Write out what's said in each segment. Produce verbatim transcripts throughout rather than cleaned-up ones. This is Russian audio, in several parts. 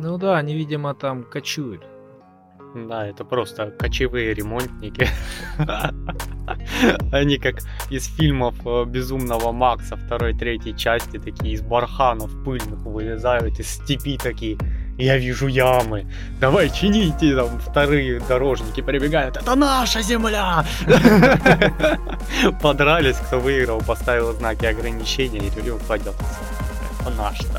Ну да, они, видимо, там кочуют. Да, это просто кочевые ремонтники. Они как из фильмов Безумного Макса второй, третьей части, такие из барханов пыльных вылезают, из степи такие. Я вижу ямы. Давай чините, там вторые дорожники прибегают. Это наша земля! Подрались, кто выиграл, поставил знаки ограничения и рулем пойдет. Это наш, да.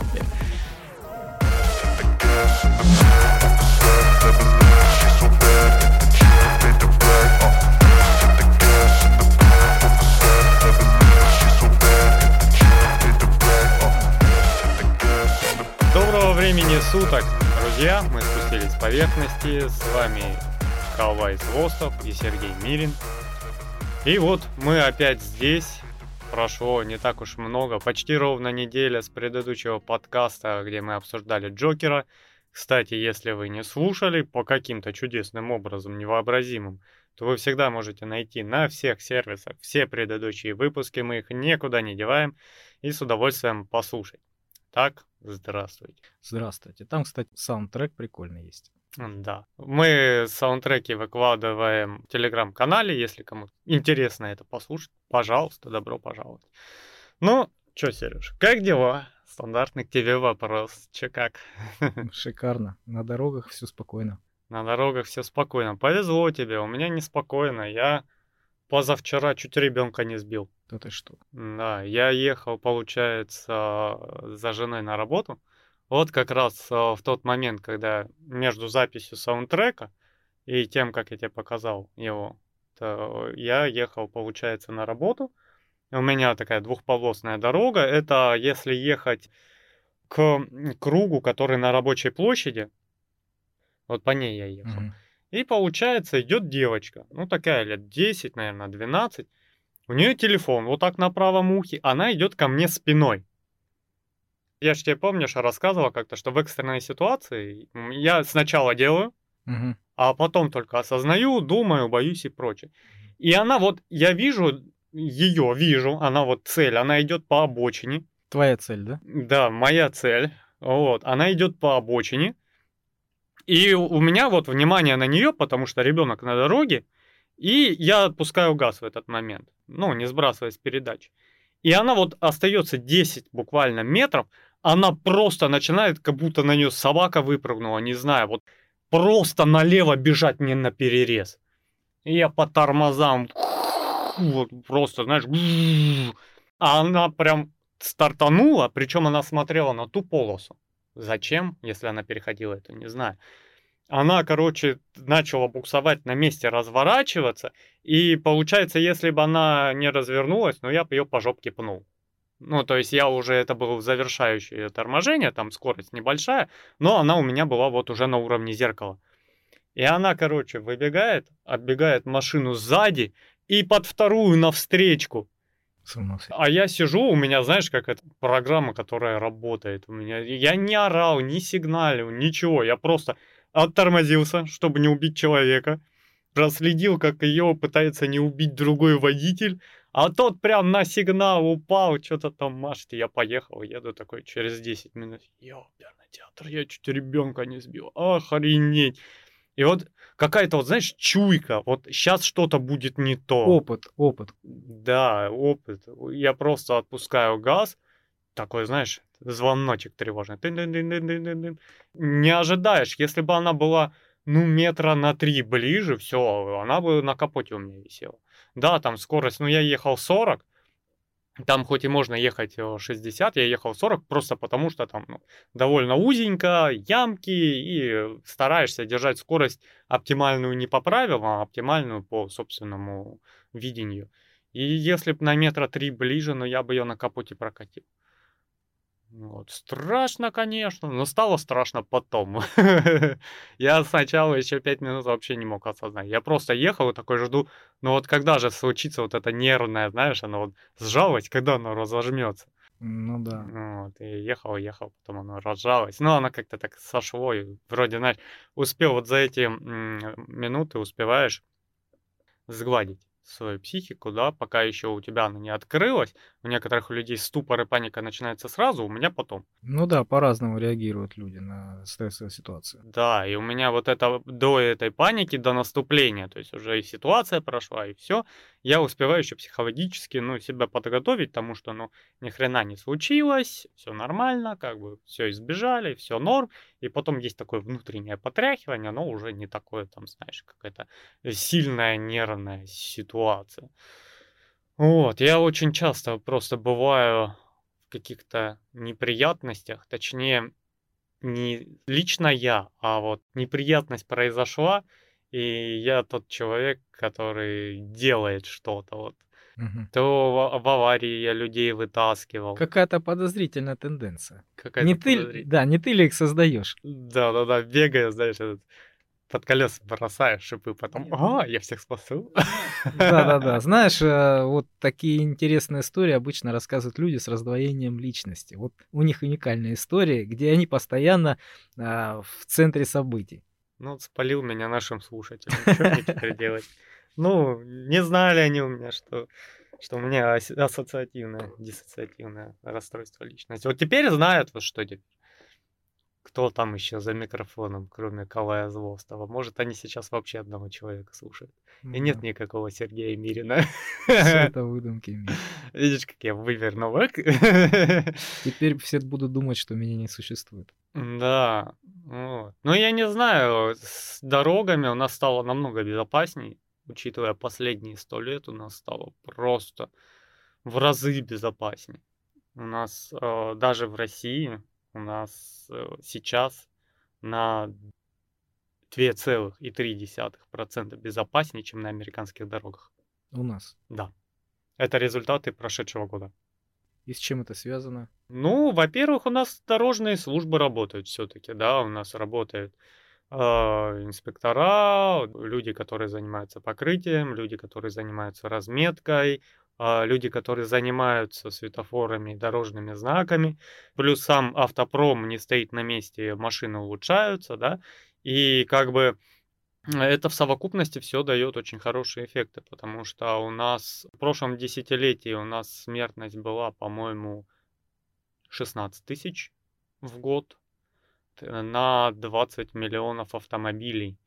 Доброго времени суток, друзья! Мы спустились с поверхности. С вами Калвайс Востов и Сергей Мирин. И вот мы опять здесь. Прошло не так уж много, почти ровно неделя с предыдущего подкаста, где мы обсуждали Джокера. Кстати, если вы не слушали по каким-то чудесным образом, невообразимым, то вы всегда можете найти на всех сервисах все предыдущие выпуски, мы их никуда не деваем, и с удовольствием послушать. Так, здравствуйте. Здравствуйте. Там, кстати, саундтрек прикольный есть. Да. Мы саундтреки выкладываем в телеграм-канале, если кому интересно это послушать, пожалуйста, добро пожаловать. Ну, чё, Сереж, как дела? Стандартный к тебе вопрос. Че как? Шикарно. На дорогах все спокойно. На дорогах все спокойно. Повезло тебе, у меня неспокойно. Я позавчера чуть ребенка не сбил. Да ты что? Да, я ехал, получается, за женой на работу. Вот как раз в тот момент, когда между записью саундтрека и тем, как я тебе показал его, то я ехал, получается, на работу. У меня такая двухполосная дорога. Это если ехать к кругу, который на рабочей площади. Вот по ней я ехал. Мгм. И получается, идет девочка. Ну, такая лет десять, наверное, двенадцать. У нее телефон вот так на правом ухе. Она идет ко мне спиной. Я же тебе, помнишь, рассказывал как-то, что в экстренной ситуации я сначала делаю, Мгм. а потом только осознаю, думаю, боюсь и прочее. И она вот, я вижу ее, вижу, она вот цель, она идет по обочине. Твоя цель, да? Да, моя цель. Вот, она идет по обочине. И у у меня вот внимание на нее, потому что ребенок на дороге, и я отпускаю газ в этот момент, ну, не сбрасывая с передач. И она вот остается десять буквально метров, она просто начинает, как будто на нее собака выпрыгнула, не знаю, вот просто налево бежать мне на перерез. И я по тормозам, вот просто, знаешь, а она прям стартанула, причем она смотрела на ту полосу. Зачем, если она переходила это, не знаю. Она, короче, начала буксовать на месте, разворачиваться. И получается, если бы она не развернулась, ну, я бы ее по жопке пнул. Ну, то есть я уже, это было завершающее торможение, там скорость небольшая, но она у меня была вот уже на уровне зеркала. И она, короче, выбегает, оббегает машину сзади и под вторую навстречку. С ума сойти. А я сижу, у меня, знаешь, как это программа, которая работает. У меня я не орал, не сигналил, ничего. Я просто оттормозился, чтобы не убить человека. Проследил, как ее пытается не убить другой водитель. А тот прям на сигнал упал, что-то там машет. И я поехал, еду такой через десять минут. Ёперный театр, я чуть ребенка не сбил. Охренеть. И вот какая-то, вот, знаешь, чуйка. Вот сейчас что-то будет не то. Опыт, опыт. Да, опыт. Я просто отпускаю газ, такой, знаешь, звоночек тревожный. Тын-дын-дын-дын-дын-дын. Не ожидаешь, если бы она была, ну, метра на три ближе, все, она бы на капоте у меня висела. Да, там скорость, ну, я ехал сорок, там хоть и можно ехать э, шестьдесят, я ехал сорок, просто потому что там ну, довольно узенько, ямки, и стараешься держать скорость оптимальную не по правилам, а оптимальную по собственному видению. И если бы на метра три ближе, ну я бы ее на капоте прокатил. Вот. Страшно, конечно, но стало страшно потом. Я сначала еще пять минут вообще не мог осознать. Я просто ехал и такой жду, ну вот когда же случится вот это нервное, знаешь, оно вот сжалось, когда оно разожмется. Ну да. Вот, и ехал, ехал, потом оно разжалось. Но оно как-то так сошло, и вроде, знаешь, успел вот за эти м, минуты успеваешь сгладить свою психику, да, пока еще у тебя она не открылась. У некоторых людей ступор и паника начинается сразу, у меня потом. Ну да, по-разному реагируют люди на стрессовые ситуации. Да, и у меня вот это до этой паники, до наступления, то есть уже и ситуация прошла, и все, я успеваю еще психологически, ну, себя подготовить, потому что, ну, ни хрена не случилось, все нормально, как бы все избежали, все норм, и потом есть такое внутреннее потряхивание, но уже не такое, там, знаешь, какая-то сильная нервная ситуация. Вот, я очень часто просто бываю в каких-то неприятностях, точнее, не лично я, а вот неприятность произошла, и я тот человек, который делает что-то. Вот. Мгм. То в, в аварии я людей вытаскивал. Какая-то подозрительная тенденция. Не Какая-то ты, л- подозрительная. да, не ты ли их создаешь? Да-да-да, бегаю, знаешь, этот, под колеса бросаешь шипы, потом, а, я всех спасу. Да-да-да. Знаешь, э, вот такие интересные истории обычно рассказывают люди с раздвоением личности. Вот у них уникальные истории, где они постоянно а, в центре событий. Ну, вот спалил меня нашим слушателям. Что мне теперь делать? Ну, не знали они у меня, что, что у меня ас- ассоциативное, диссоциативное расстройство личности. Вот теперь знают, вот что теперь. Кто там еще за микрофоном, кроме Калая Злостова. Может, они сейчас вообще одного человека слушают. И нет Да. никакого Сергея Мирина. Все это выдумки Миш. Видишь, как я вывернул. Теперь все будут думать, что меня не существует. Да, вот. Но я не знаю, с дорогами у нас стало намного безопасней, учитывая последние сто лет, у нас стало просто в разы безопасней. У нас э, даже в России у нас э, сейчас на два целых три десятых процента безопаснее, чем на американских дорогах. У нас. Да, это результаты прошедшего года. И с чем это связано? Ну, во-первых, у нас дорожные службы работают все-таки, да, у нас работают а, инспектора, люди, которые занимаются покрытием, люди, которые занимаются разметкой, а, люди, которые занимаются светофорами и дорожными знаками. Плюс сам автопром не стоит на месте, машины улучшаются, да, и как бы это в совокупности все дает очень хорошие эффекты, потому что у нас в прошлом десятилетии у нас смертность была, по-моему, шестнадцать тысяч в год т- на двадцать миллионов автомобилей.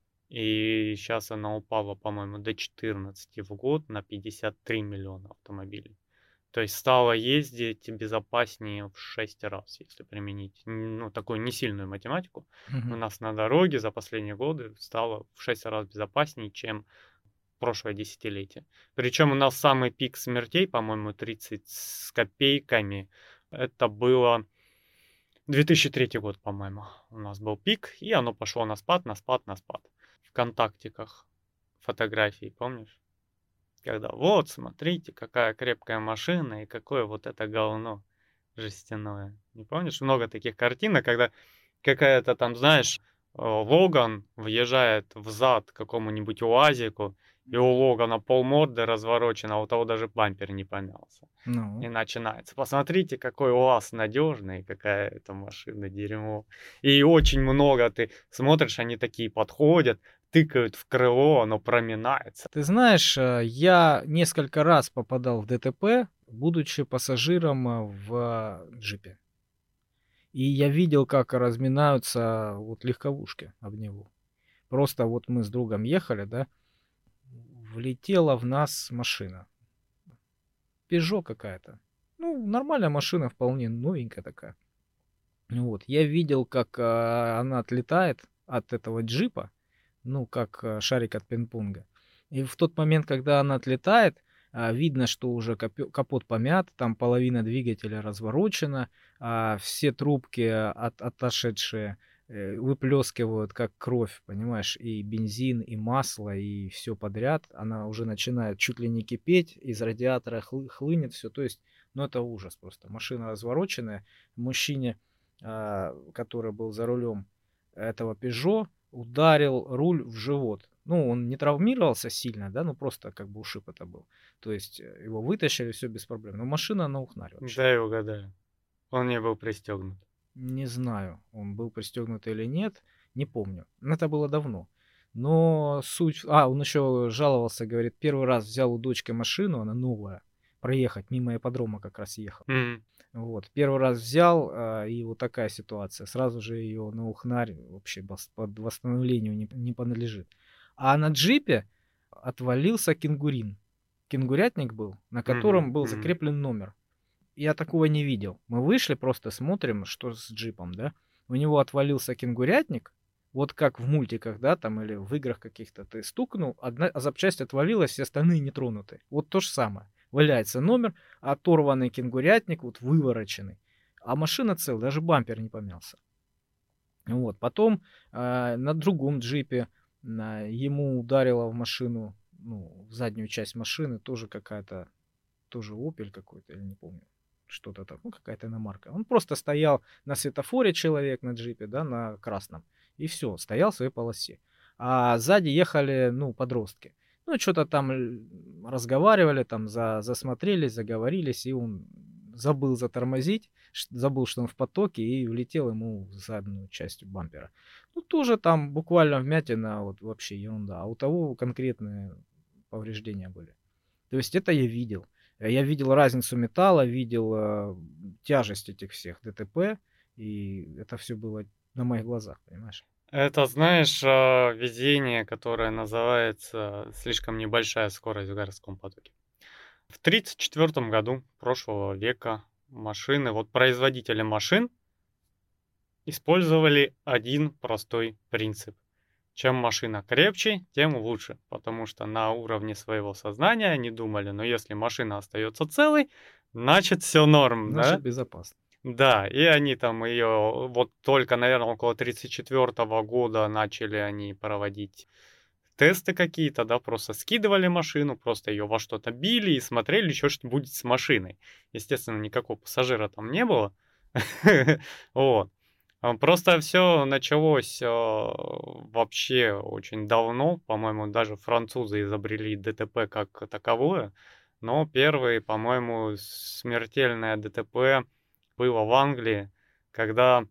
И сейчас она упала, по-моему, до четырнадцати в год на пятьдесят три миллиона автомобилей. То есть стало ездить безопаснее в шесть раз, если применить, н- ну, такую несильную математику. У Мгм. нас на дороге за последние годы стало в шесть раз безопаснее, чем прошлое десятилетие. Причем у нас самый пик смертей, по-моему, тридцать с копейками. Это было две тысячи третий год, по-моему, у нас был пик, и оно пошло на спад, на спад, на спад. В контактиках фотографии, помнишь? Когда вот, смотрите, какая крепкая машина и какое вот это говно жестяное. Не помнишь? Много таких картинок, когда какая-то там, знаешь, э, Логан въезжает в зад какому-нибудь УАЗику, и у Логана полморды разворочено, а у того даже бампер не помялся. Ну, И начинается. Посмотрите, какой УАЗ надежный, какая это машина, дерьмо. И очень много ты смотришь, они такие подходят, тыкают в крыло, оно проминается. ты знаешь, э, я несколько раз попадал в ДТП, будучи пассажиром э, в джипе. И я видел, как разминаются вот легковушки об него. Просто вот мы с другом ехали, да, влетела в нас машина. Пежо какая-то. Ну, нормальная машина, вполне новенькая такая. Вот, я видел, как а, она отлетает от этого джипа, ну, как а, шарик от пинг-понга. И в тот момент, когда она отлетает, а, видно, что уже капё- капот помят, там половина двигателя разворочена, а все трубки от, отошедшие э, выплескивают как кровь, понимаешь, и бензин, и масло, и все подряд. Она уже начинает чуть ли не кипеть, из радиатора хлы- хлынет все. То есть, ну, это ужас просто. Машина развороченная, мужчине, а, который был за рулем этого Peugeot, ударил руль в живот. Ну, он не травмировался сильно, да, ну просто как бы ушиб это был. То есть э, его вытащили, все без проблем. Но машина на ухнаре вообще. Дай угадаю. Он не был пристегнут. Не знаю, он был пристегнут или нет, не помню. Но это было давно. Но суть... А, он еще жаловался, говорит, первый раз взял у дочки машину, она новая, проехать, мимо ипподрома как раз ехал. Мгм. Вот, первый раз взял, а, и вот такая ситуация. Сразу же ее на ухнарь вообще бас- под восстановлению не, не подлежит. А на джипе отвалился кенгурин. Кенгурятник был, на Мгм. котором был Мгм. закреплен номер. Я такого не видел. Мы вышли, просто смотрим, что с джипом, да. У него отвалился кенгурятник, вот как в мультиках, да, там, или в играх каких-то. Ты стукнул, одна запчасть отвалилась, все остальные не тронуты. Вот то же самое. Валяется номер, оторванный кенгурятник, вот вывороченный. А машина цел, даже бампер не помялся. Вот. Потом а, на другом джипе на, ему ударила в машину, ну, в заднюю часть машины тоже какая-то, тоже Opel какой-то, я не помню, что-то так, ну, какая-то иномарка. Он просто стоял на светофоре, человек на джипе, да, на красном, и все, стоял в своей полосе. А сзади ехали, ну, подростки. Ну, что-то там л- разговаривали, там за, засмотрелись, заговорились, и он забыл затормозить, ш- забыл, что он в потоке, и влетел ему в заднюю часть бампера. Ну, тоже там буквально вмятина, вот вообще ерунда. А у того конкретные повреждения были. То есть это я видел. Э, Я видел разницу металла, видел э, тяжесть этих всех ДТП, и это все было на моих глазах, понимаешь? Это, знаешь, а, везение, которое называется слишком небольшая скорость в городском потоке. В тридцать четвёртом году прошлого века машины, вот производители машин использовали один простой принцип. Чем машина крепче, тем лучше, потому что на уровне своего сознания они думали, ну если машина остается целой, значит все норм, Значит, да? безопасно. Да, и они там ее, вот только, наверное, около тридцать четвёртого года начали они проводить тесты какие-то, да, просто скидывали машину, просто ее во что-то били и смотрели еще, что будет с машиной. Естественно, никакого пассажира там не было. Вот. А, Просто все началось а, вообще очень давно. По-моему, даже французы изобрели ДТП как таковое. Но первый, по-моему, смертельное ДТП было в Англии, когда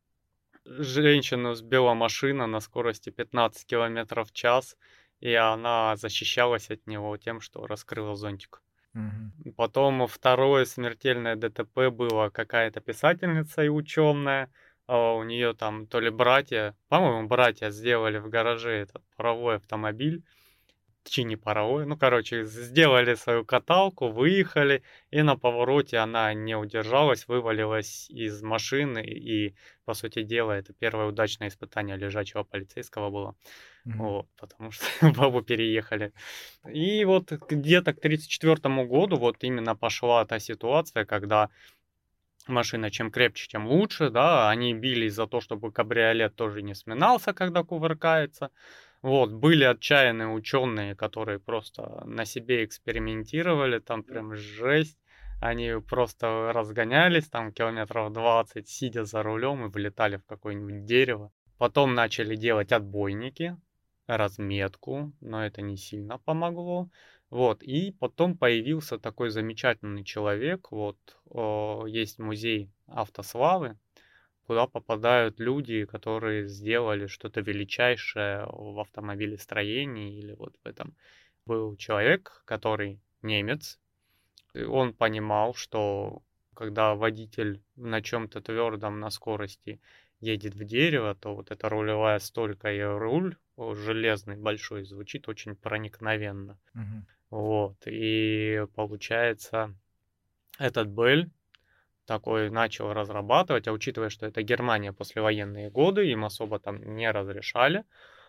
женщину сбила машина на скорости пятнадцать километров в час, и она защищалась от него тем, что раскрыла зонтик. Мгм. Потом второе смертельное ДТП было, какая-то писательница и ученая. а, У нее там то ли братья, по-моему, братья сделали в гараже этот паровой автомобиль, чи не паровой, ну, короче, сделали свою каталку, выехали, и на повороте она не удержалась, вывалилась из машины, и, по сути дела, это первое удачное испытание лежачего полицейского было. Мгм. Вот, потому что бабу переехали. И вот где-то к тридцать четвёртому году вот именно пошла та ситуация, когда машина чем крепче, тем лучше, да, они бились за то, чтобы кабриолет тоже не сминался, когда кувыркается. Вот, были отчаянные ученые, которые просто на себе экспериментировали, там прям жесть. Они просто разгонялись там километров двадцать, сидя за рулем и вылетали в какое-нибудь дерево. Потом начали делать отбойники, разметку, но это не сильно помогло. Вот, и потом появился такой замечательный человек, вот, о, есть музей автославы, куда попадают люди, которые сделали что-то величайшее в автомобилестроении или вот в этом. Был человек, который немец, и он понимал, что когда водитель на чем-то твердом на скорости едет в дерево, то вот эта рулевая стойка и руль о, железный большой звучит очень проникновенно. Мгм. Вот, и получается, этот Бель такой начал разрабатывать, а учитывая, что это Германия послевоенные годы, им особо там не разрешали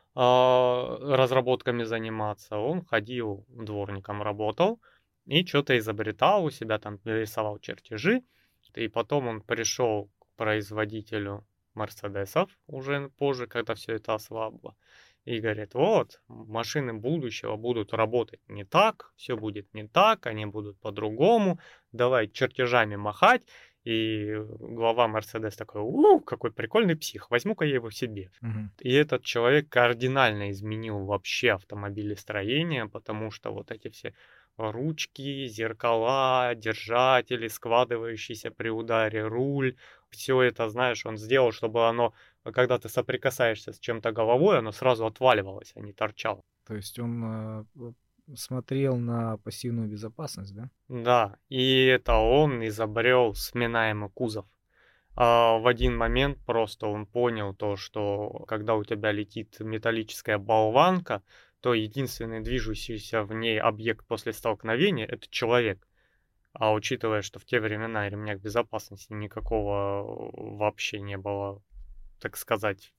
а, разработками заниматься, он ходил дворником, работал и что-то изобретал у себя, там рисовал чертежи, и потом он пришел к производителю Мерседесов уже позже, когда все это ослабло, и говорит, вот, машины будущего будут работать не так, все будет не так, они будут по-другому, давай чертежами махать. И глава Мерседес такой, у, какой прикольный псих, возьму-ка я его себе. Мгм. И этот человек кардинально изменил вообще автомобилестроение, потому что вот эти все ручки, зеркала, держатели, складывающийся при ударе руль, Все это, знаешь, он сделал, чтобы оно, когда ты соприкасаешься с чем-то головой, оно сразу отваливалось, а не торчало. То есть он э, смотрел на пассивную безопасность, да? Да, и это он изобрел сминаемый кузов. А в один момент просто он понял то, что когда у тебя летит металлическая болванка, то единственный движущийся в ней объект после столкновения — это человек. А учитывая, что в те времена ремня безопасности никакого вообще не было, так сказать,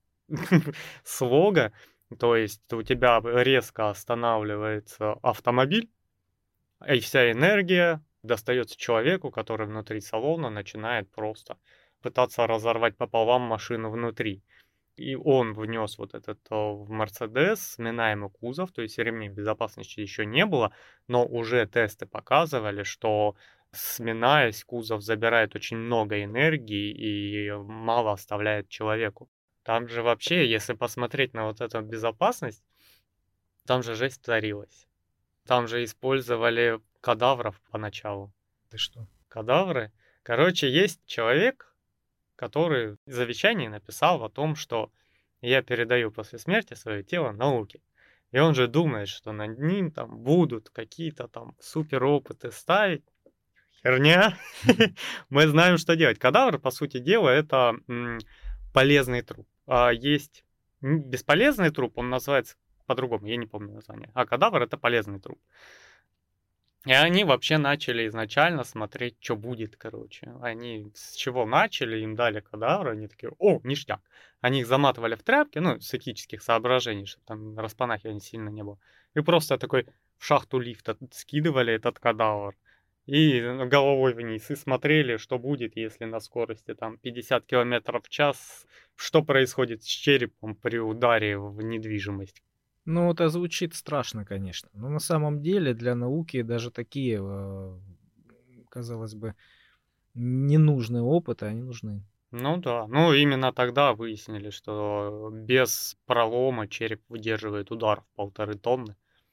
слога, то есть у тебя резко останавливается автомобиль, и вся энергия достается человеку, который внутри салона начинает просто пытаться разорвать пополам машину внутри. И он внес вот этот э, в Мерседес сминаемый кузов, то есть ремней безопасности еще не было, но уже тесты показывали, что сминаясь, кузов забирает очень много энергии и мало оставляет человеку. Там же вообще, если посмотреть на вот эту безопасность, там же жесть творилась. Там же использовали кадавров поначалу. Ты что? Кадавры. Короче, есть человек, который в завещании написал о том, что я передаю после смерти свое тело науке. И он же думает, что над ним там будут какие-то там супер опыты ставить. Херня. Мы знаем, что делать. Кадавр, по сути дела, это м, полезный труп. А есть м, бесполезный труп, он называется по-другому, я не помню название. А кадавр — это полезный труп. И они вообще начали изначально смотреть, что будет, короче. Они с чего начали, им дали кадавры, они такие: о, ништяк. Они их заматывали в тряпки, ну, с этических соображений, чтобы там распанахивания сильно не было. И просто такой в шахту лифта скидывали этот кадавр. И головой вниз, и смотрели, что будет, если на скорости там пятьдесят километров в час, что происходит с черепом при ударе в недвижимость. Ну, это звучит страшно, конечно. Но на самом деле для науки даже такие, э, казалось бы, ненужные опыты, они нужны. Ну да, ну именно тогда выяснили, что без пролома череп выдерживает удар в полторы тонны.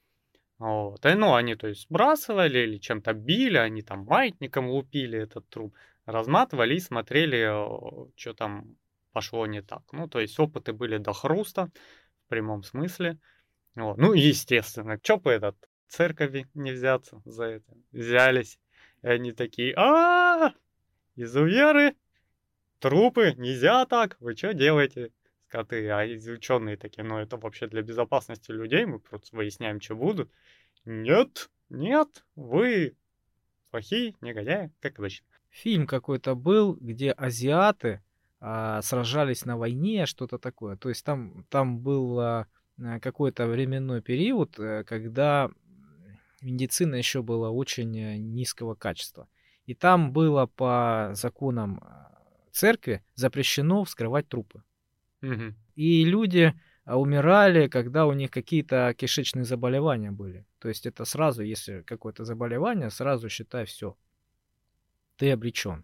Вот. И, ну, они, то есть, сбрасывали или чем-то били, они там маятником лупили этот труп, разматывали и смотрели, что там пошло не так. Ну, то есть, опыты были до хруста, в прямом смысле. Вот. Ну, и естественно, чё бы этот церкови не взяться за это? Взялись. И они такие: а изуверы, трупы, нельзя так, вы что делаете, скоты? А ученые такие: ну, это вообще для безопасности людей, мы просто выясняем, что будут. Нет, нет, вы плохие негодяи, как обычно. Фильм какой-то был, где азиаты а, сражались на войне, что-то такое. То есть там, там был а, а, какой-то временной период, э, когда медицина еще была очень э, низкого качества. И там было по законам а, церкви запрещено вскрывать трупы. Мгм. И люди а, умирали, когда у них какие-то кишечные заболевания были. То есть это сразу, если какое-то заболевание, сразу считай все, ты обречен.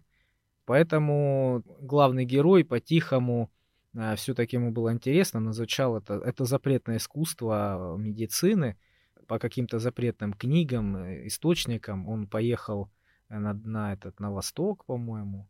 Поэтому главный герой по-тихому, все-таки ему было интересно, он изучал это, это запретное искусство медицины по каким-то запретным книгам, э, источникам. Он поехал э, на, на этот, на восток, по-моему.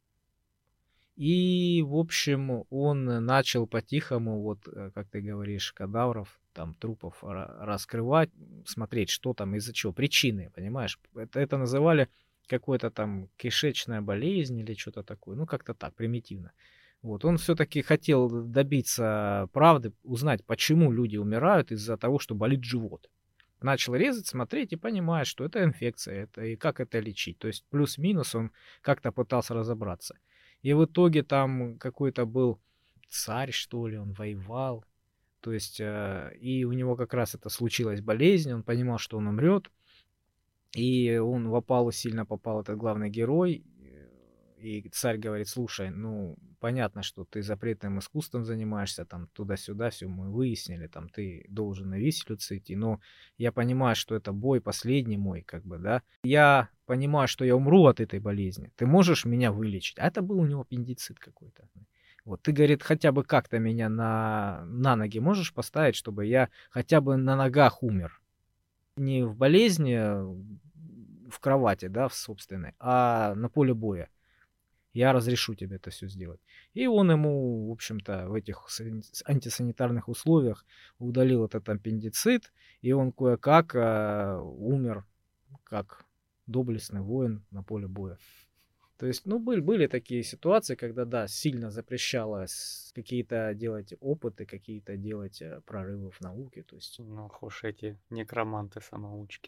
И, в общем, он начал по-тихому, вот, э, как ты говоришь, кадавров, там, трупов ра- раскрывать, смотреть, что там, из-за чего, причины, понимаешь? Это, это называли какой-то там кишечная болезнь или что-то такое, ну, как-то так, примитивно. Вот, он все-таки хотел добиться правды, узнать, почему люди умирают из-за того, что болит живот. Начал резать, смотреть и понимает, что это инфекция, это и как это лечить. То есть плюс-минус он как-то пытался разобраться. И в итоге там какой-то был царь, что ли, он воевал. То есть, э, и у него как раз это случилась болезнь, он понимал, что он умрет. И он в опалу сильно попал, этот главный герой. И царь говорит: слушай, ну, понятно, что ты запретным искусством занимаешься, там, туда-сюда, все мы выяснили, там, ты должен на виселицу идти, но я понимаю, что это бой последний мой, как бы, да. Я понимаю, что я умру от этой болезни, ты можешь меня вылечить? А это был у него аппендицит какой-то. Вот, ты, говорит, хотя бы как-то меня на, на ноги можешь поставить, чтобы я хотя бы на ногах умер? Не в болезни, в кровати, да, в собственной, а на поле боя. я разрешу тебе это все сделать. И он ему, в общем-то, в этих сани- антисанитарных условиях удалил этот аппендицит, и он кое-как э, умер как доблестный воин на поле боя. То есть, ну, были, были такие ситуации, когда, да, сильно запрещалось какие-то делать опыты, какие-то делать э, прорывы в науке. То есть, Ну, уж эти некроманты-самоучки.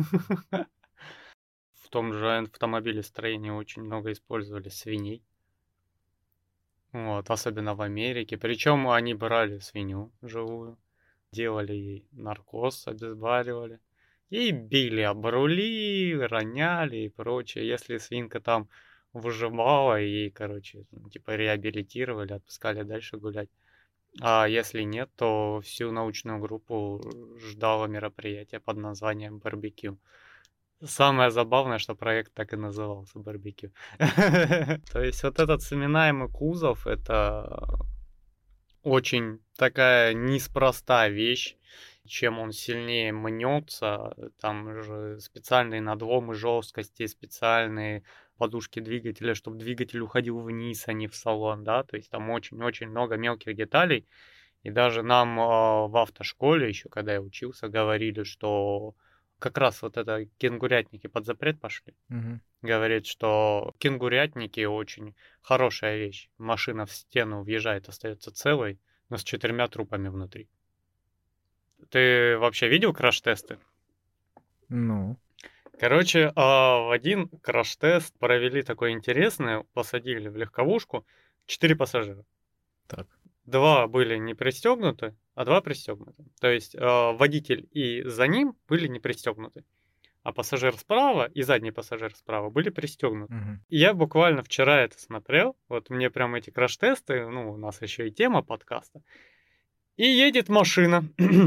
В том же автомобилестроении очень много использовали свиней. Вот, особенно в Америке. Причем они брали свинью живую, делали ей наркоз, обезболивали. И били об рули, роняли и прочее. Если свинка там выживала, и, короче, ну, типа реабилитировали, отпускали дальше гулять. А если нет, то всю научную группу ждало мероприятие под названием барбекю. Самое забавное, что проект так и назывался барбекю. То есть вот этот сминаемый кузов — это очень такая неспроста вещь. Чем он сильнее мнется, там же специальные надломы жесткости, специальные подушки двигателя, чтобы двигатель уходил вниз, а не в салон, да, то есть там очень-очень много мелких деталей. И даже нам а, в автошколе, еще когда я учился, говорили, что как раз вот это кенгурятники под запрет пошли. мгм. Говорит, что кенгурятники очень хорошая вещь. Машина в стену въезжает, остается целой, но с четырьмя трупами внутри. Ты вообще видел краш-тесты? Ну, Короче, а, в один краш-тест провели такой интересный, посадили в легковушку четыре пассажира. так. Два были не пристегнуты, а два пристегнуты. То есть а, водитель и за ним были не пристегнуты, а пассажир справа и задний пассажир справа были пристегнуты. Мгм. И я буквально вчера это смотрел, вот мне прям эти краш-тесты, ну, у нас еще и тема подкаста. И едет машина,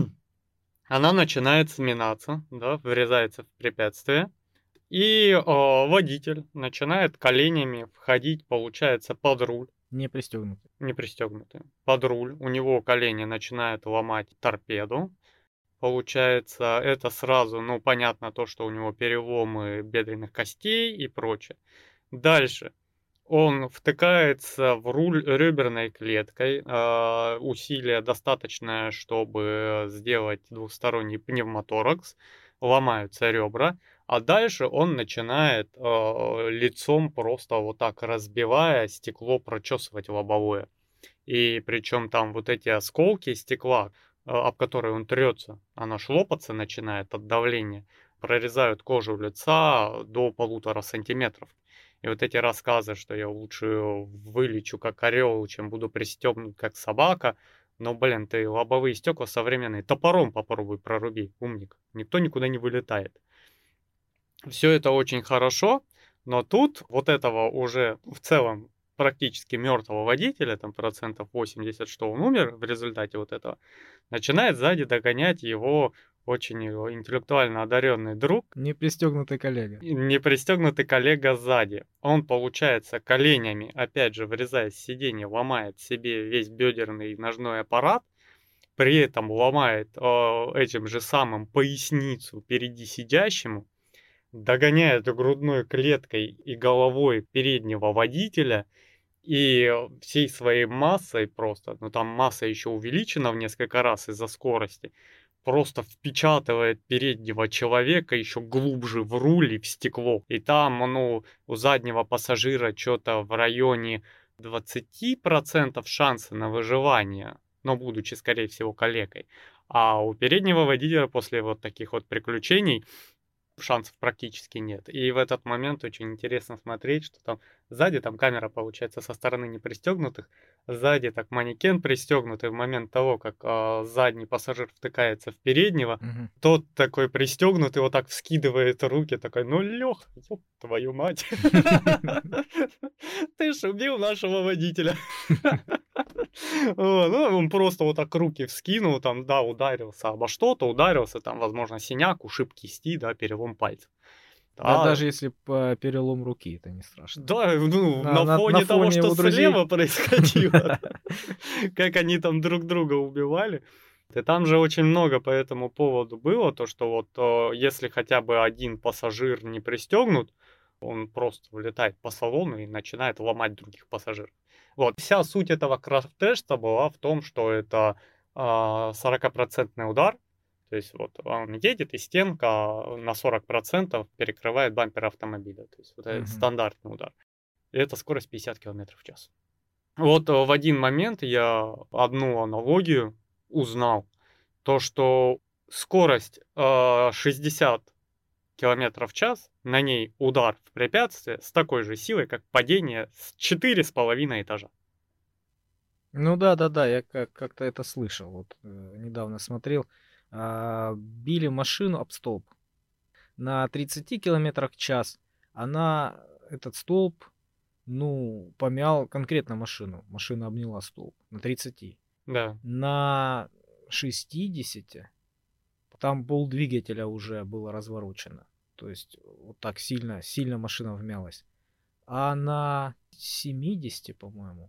она начинает сминаться, да, врезается в препятствие. И э, водитель начинает коленями входить, получается, под руль, Не пристегнутый. не пристегнутый, под руль. У него колени начинают ломать торпеду. Получается, это сразу, ну, понятно то, что у него переломы бедренных костей и прочее. Дальше. Он втыкается в руль реберной клеткой. э, Усилие достаточное, чтобы сделать двухсторонний пневмоторакс. Ломаются ребра. А дальше он начинает э, лицом просто вот так разбивая стекло прочесывать лобовое. И причем там вот эти осколки стекла, э, об которые он трется, оно шлопаться начинает от давления, прорезают кожу лица до полутора сантиметров. И вот эти рассказы, что я лучше вылечу как орел, чем буду пристегнут как собака. Но, блин, ты лобовые стекла современные топором попробуй проруби, умник. Никто никуда не вылетает. Все это очень хорошо, но тут вот этого уже в целом практически мертвого водителя, там процентов восемьдесят, что он умер в результате вот этого, начинает сзади догонять его очень его интеллектуально одаренный друг, Не пристегнутый коллега. и непристегнутый коллега сзади. Он, получается, коленями, опять же, врезаясь в сиденье, ломает себе весь бедерный и ножной аппарат, при этом ломает э, этим же самым поясницу впереди сидящему, догоняет грудной клеткой и головой переднего водителя и всей своей массой просто, ну там масса еще увеличена в несколько раз из-за скорости, просто впечатывает переднего человека еще глубже в руль и в стекло. И там, ну, у заднего пассажира что-то в районе двадцать процентов шанса на выживание, но будучи, скорее всего, калекой. А у переднего водителя после вот таких вот приключений шансов практически нет. И в этот момент очень интересно смотреть, что там сзади там камера, получается, со стороны не пристегнутых, сзади так манекен пристегнутый в момент того, как э, задний пассажир втыкается в переднего, Мгм. тот такой пристегнутый вот так вскидывает руки, такой, ну Лех, ёб твою мать, ты ж убил нашего водителя. Вот, ну, он просто вот так руки вскинул, там, да, ударился обо что-то, ударился, там, возможно, синяк, ушиб кисти, да, перелом пальца. Да, Да, даже если по перелом руки, это не страшно. да, ну, На, на на- на фоне того, фоне что его друзей. слева происходило, да, как они там друг друга убивали. И там же очень много по этому поводу было, то, что вот э, если хотя бы один пассажир не пристегнут, Он просто влетает по салону и начинает ломать других пассажиров. Вот. Вся суть этого краш-теста была в том, что это а, сорокапроцентный удар. То есть вот он едет, и стенка на сорок процентов перекрывает бампер автомобиля. То есть вот это Мгм. стандартный удар. И это скорость пятьдесят километров в час. Вот э, в один момент я одну аналогию узнал. То, что скорость э, шестьдесят километров в час, на ней удар в препятствие с такой же силой, как падение с четыре с половиной этажа. Ну да-да-да, я как как-то это слышал. Вот, э, недавно смотрел. А, били машину об столб. На тридцати километрах в час она, этот столб, ну, помял конкретно машину. Машина обняла столб на тридцати. Да. На шестидесяти там полдвигателя уже было разворочено. То есть вот так сильно, сильно машина вмялась. А на семидесяти, по-моему,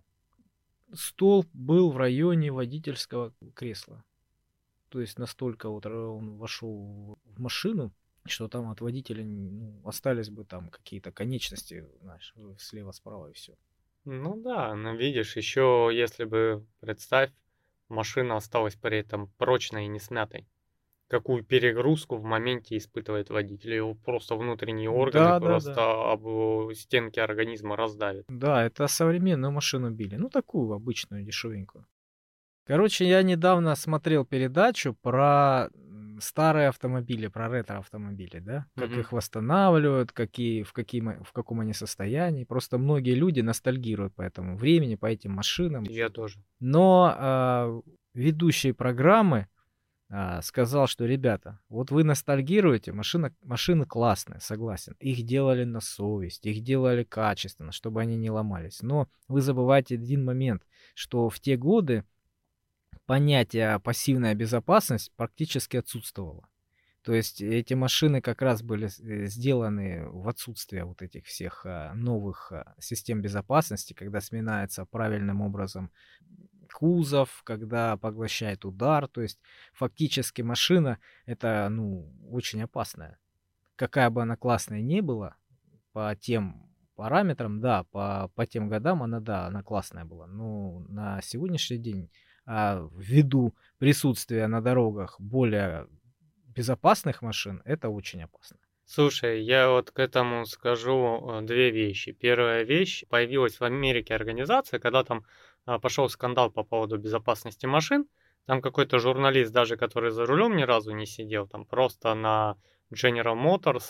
столб был в районе водительского кресла. То есть настолько вот р- он вошел в машину, что там от водителя ну, остались бы там какие-то конечности, знаешь, слева, справа и все. Ну да, но видишь, еще если бы, представь, машина осталась при этом прочной и не смятой. Какую перегрузку в моменте испытывает водитель. Его просто внутренние органы Да, да, да. просто об э, стенки организма раздавит. Да, это современную машину били. Ну, такую обычную, дешевенькую. Короче, я недавно смотрел передачу про м, старые автомобили, про ретро-автомобили, да, как Мгм. их восстанавливают, какие, в, каким, в каком они состоянии. Просто многие люди ностальгируют по этому времени, по этим машинам. Я тоже. Но а, ведущий программы а, сказал, что, ребята, вот вы ностальгируете, машина, машины классные, согласен. Их делали на совесть, их делали качественно, чтобы они не ломались. Но вы забываете один момент, что в те годы понятие пассивная безопасность практически отсутствовало. То есть эти машины как раз были с- э, сделаны в отсутствие вот этих всех а, новых а, систем безопасности, когда сминается правильным образом кузов, когда поглощает удар. То есть фактически машина это ну очень опасная. Какая бы она классная ни была, по тем параметрам, да, по, по тем годам она, да, она классная была. Но на сегодняшний день, а, ввиду присутствия на дорогах более безопасных машин, это очень опасно. Слушай, я вот к этому скажу э, две вещи. Первая вещь, появилась в Америке организация, когда там а, пошел скандал по поводу безопасности машин. Там какой-то журналист, даже который за рулем ни разу не сидел, там просто на General Motors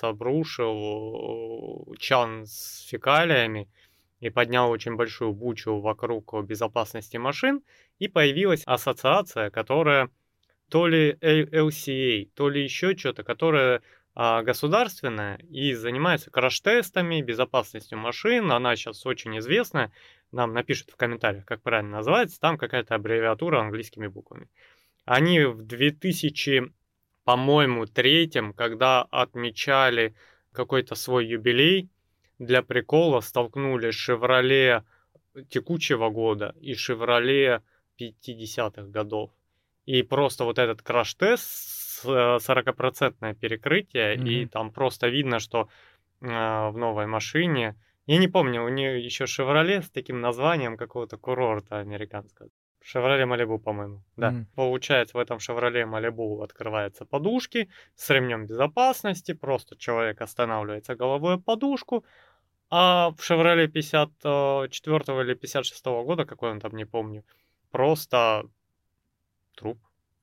обрушил э, чан с фекалиями и поднял очень большую бучу вокруг безопасности машин. И появилась ассоциация, которая то ли Л С А, то ли еще что-то, которая а, государственная и занимается краш-тестами, безопасностью машин. Она сейчас очень известная. Нам напишут в комментариях, как правильно называется. Там какая-то аббревиатура английскими буквами. Они в две тысячи, по-моему, третьем, когда отмечали какой-то свой юбилей, для прикола столкнули «Шевроле» текущего года и «Шевроле» пятидесятых годов. И просто вот этот краш-тест, с- э, сорокапроцентное перекрытие, и Мгм. там просто видно, что э, в новой машине, я не помню, у нее еще «Шевроле» с таким названием какого-то курорта американского. «Шевроле Малибу», по-моему, да. Мгм. Получается, в этом «Шевроле Малибу» открываются подушки с ремнем безопасности, просто человек останавливается головой об подушку, а в «Шевроле» пятьдесят четвёртого или пятьдесят шестого года, какой он там, не помню, просто труп.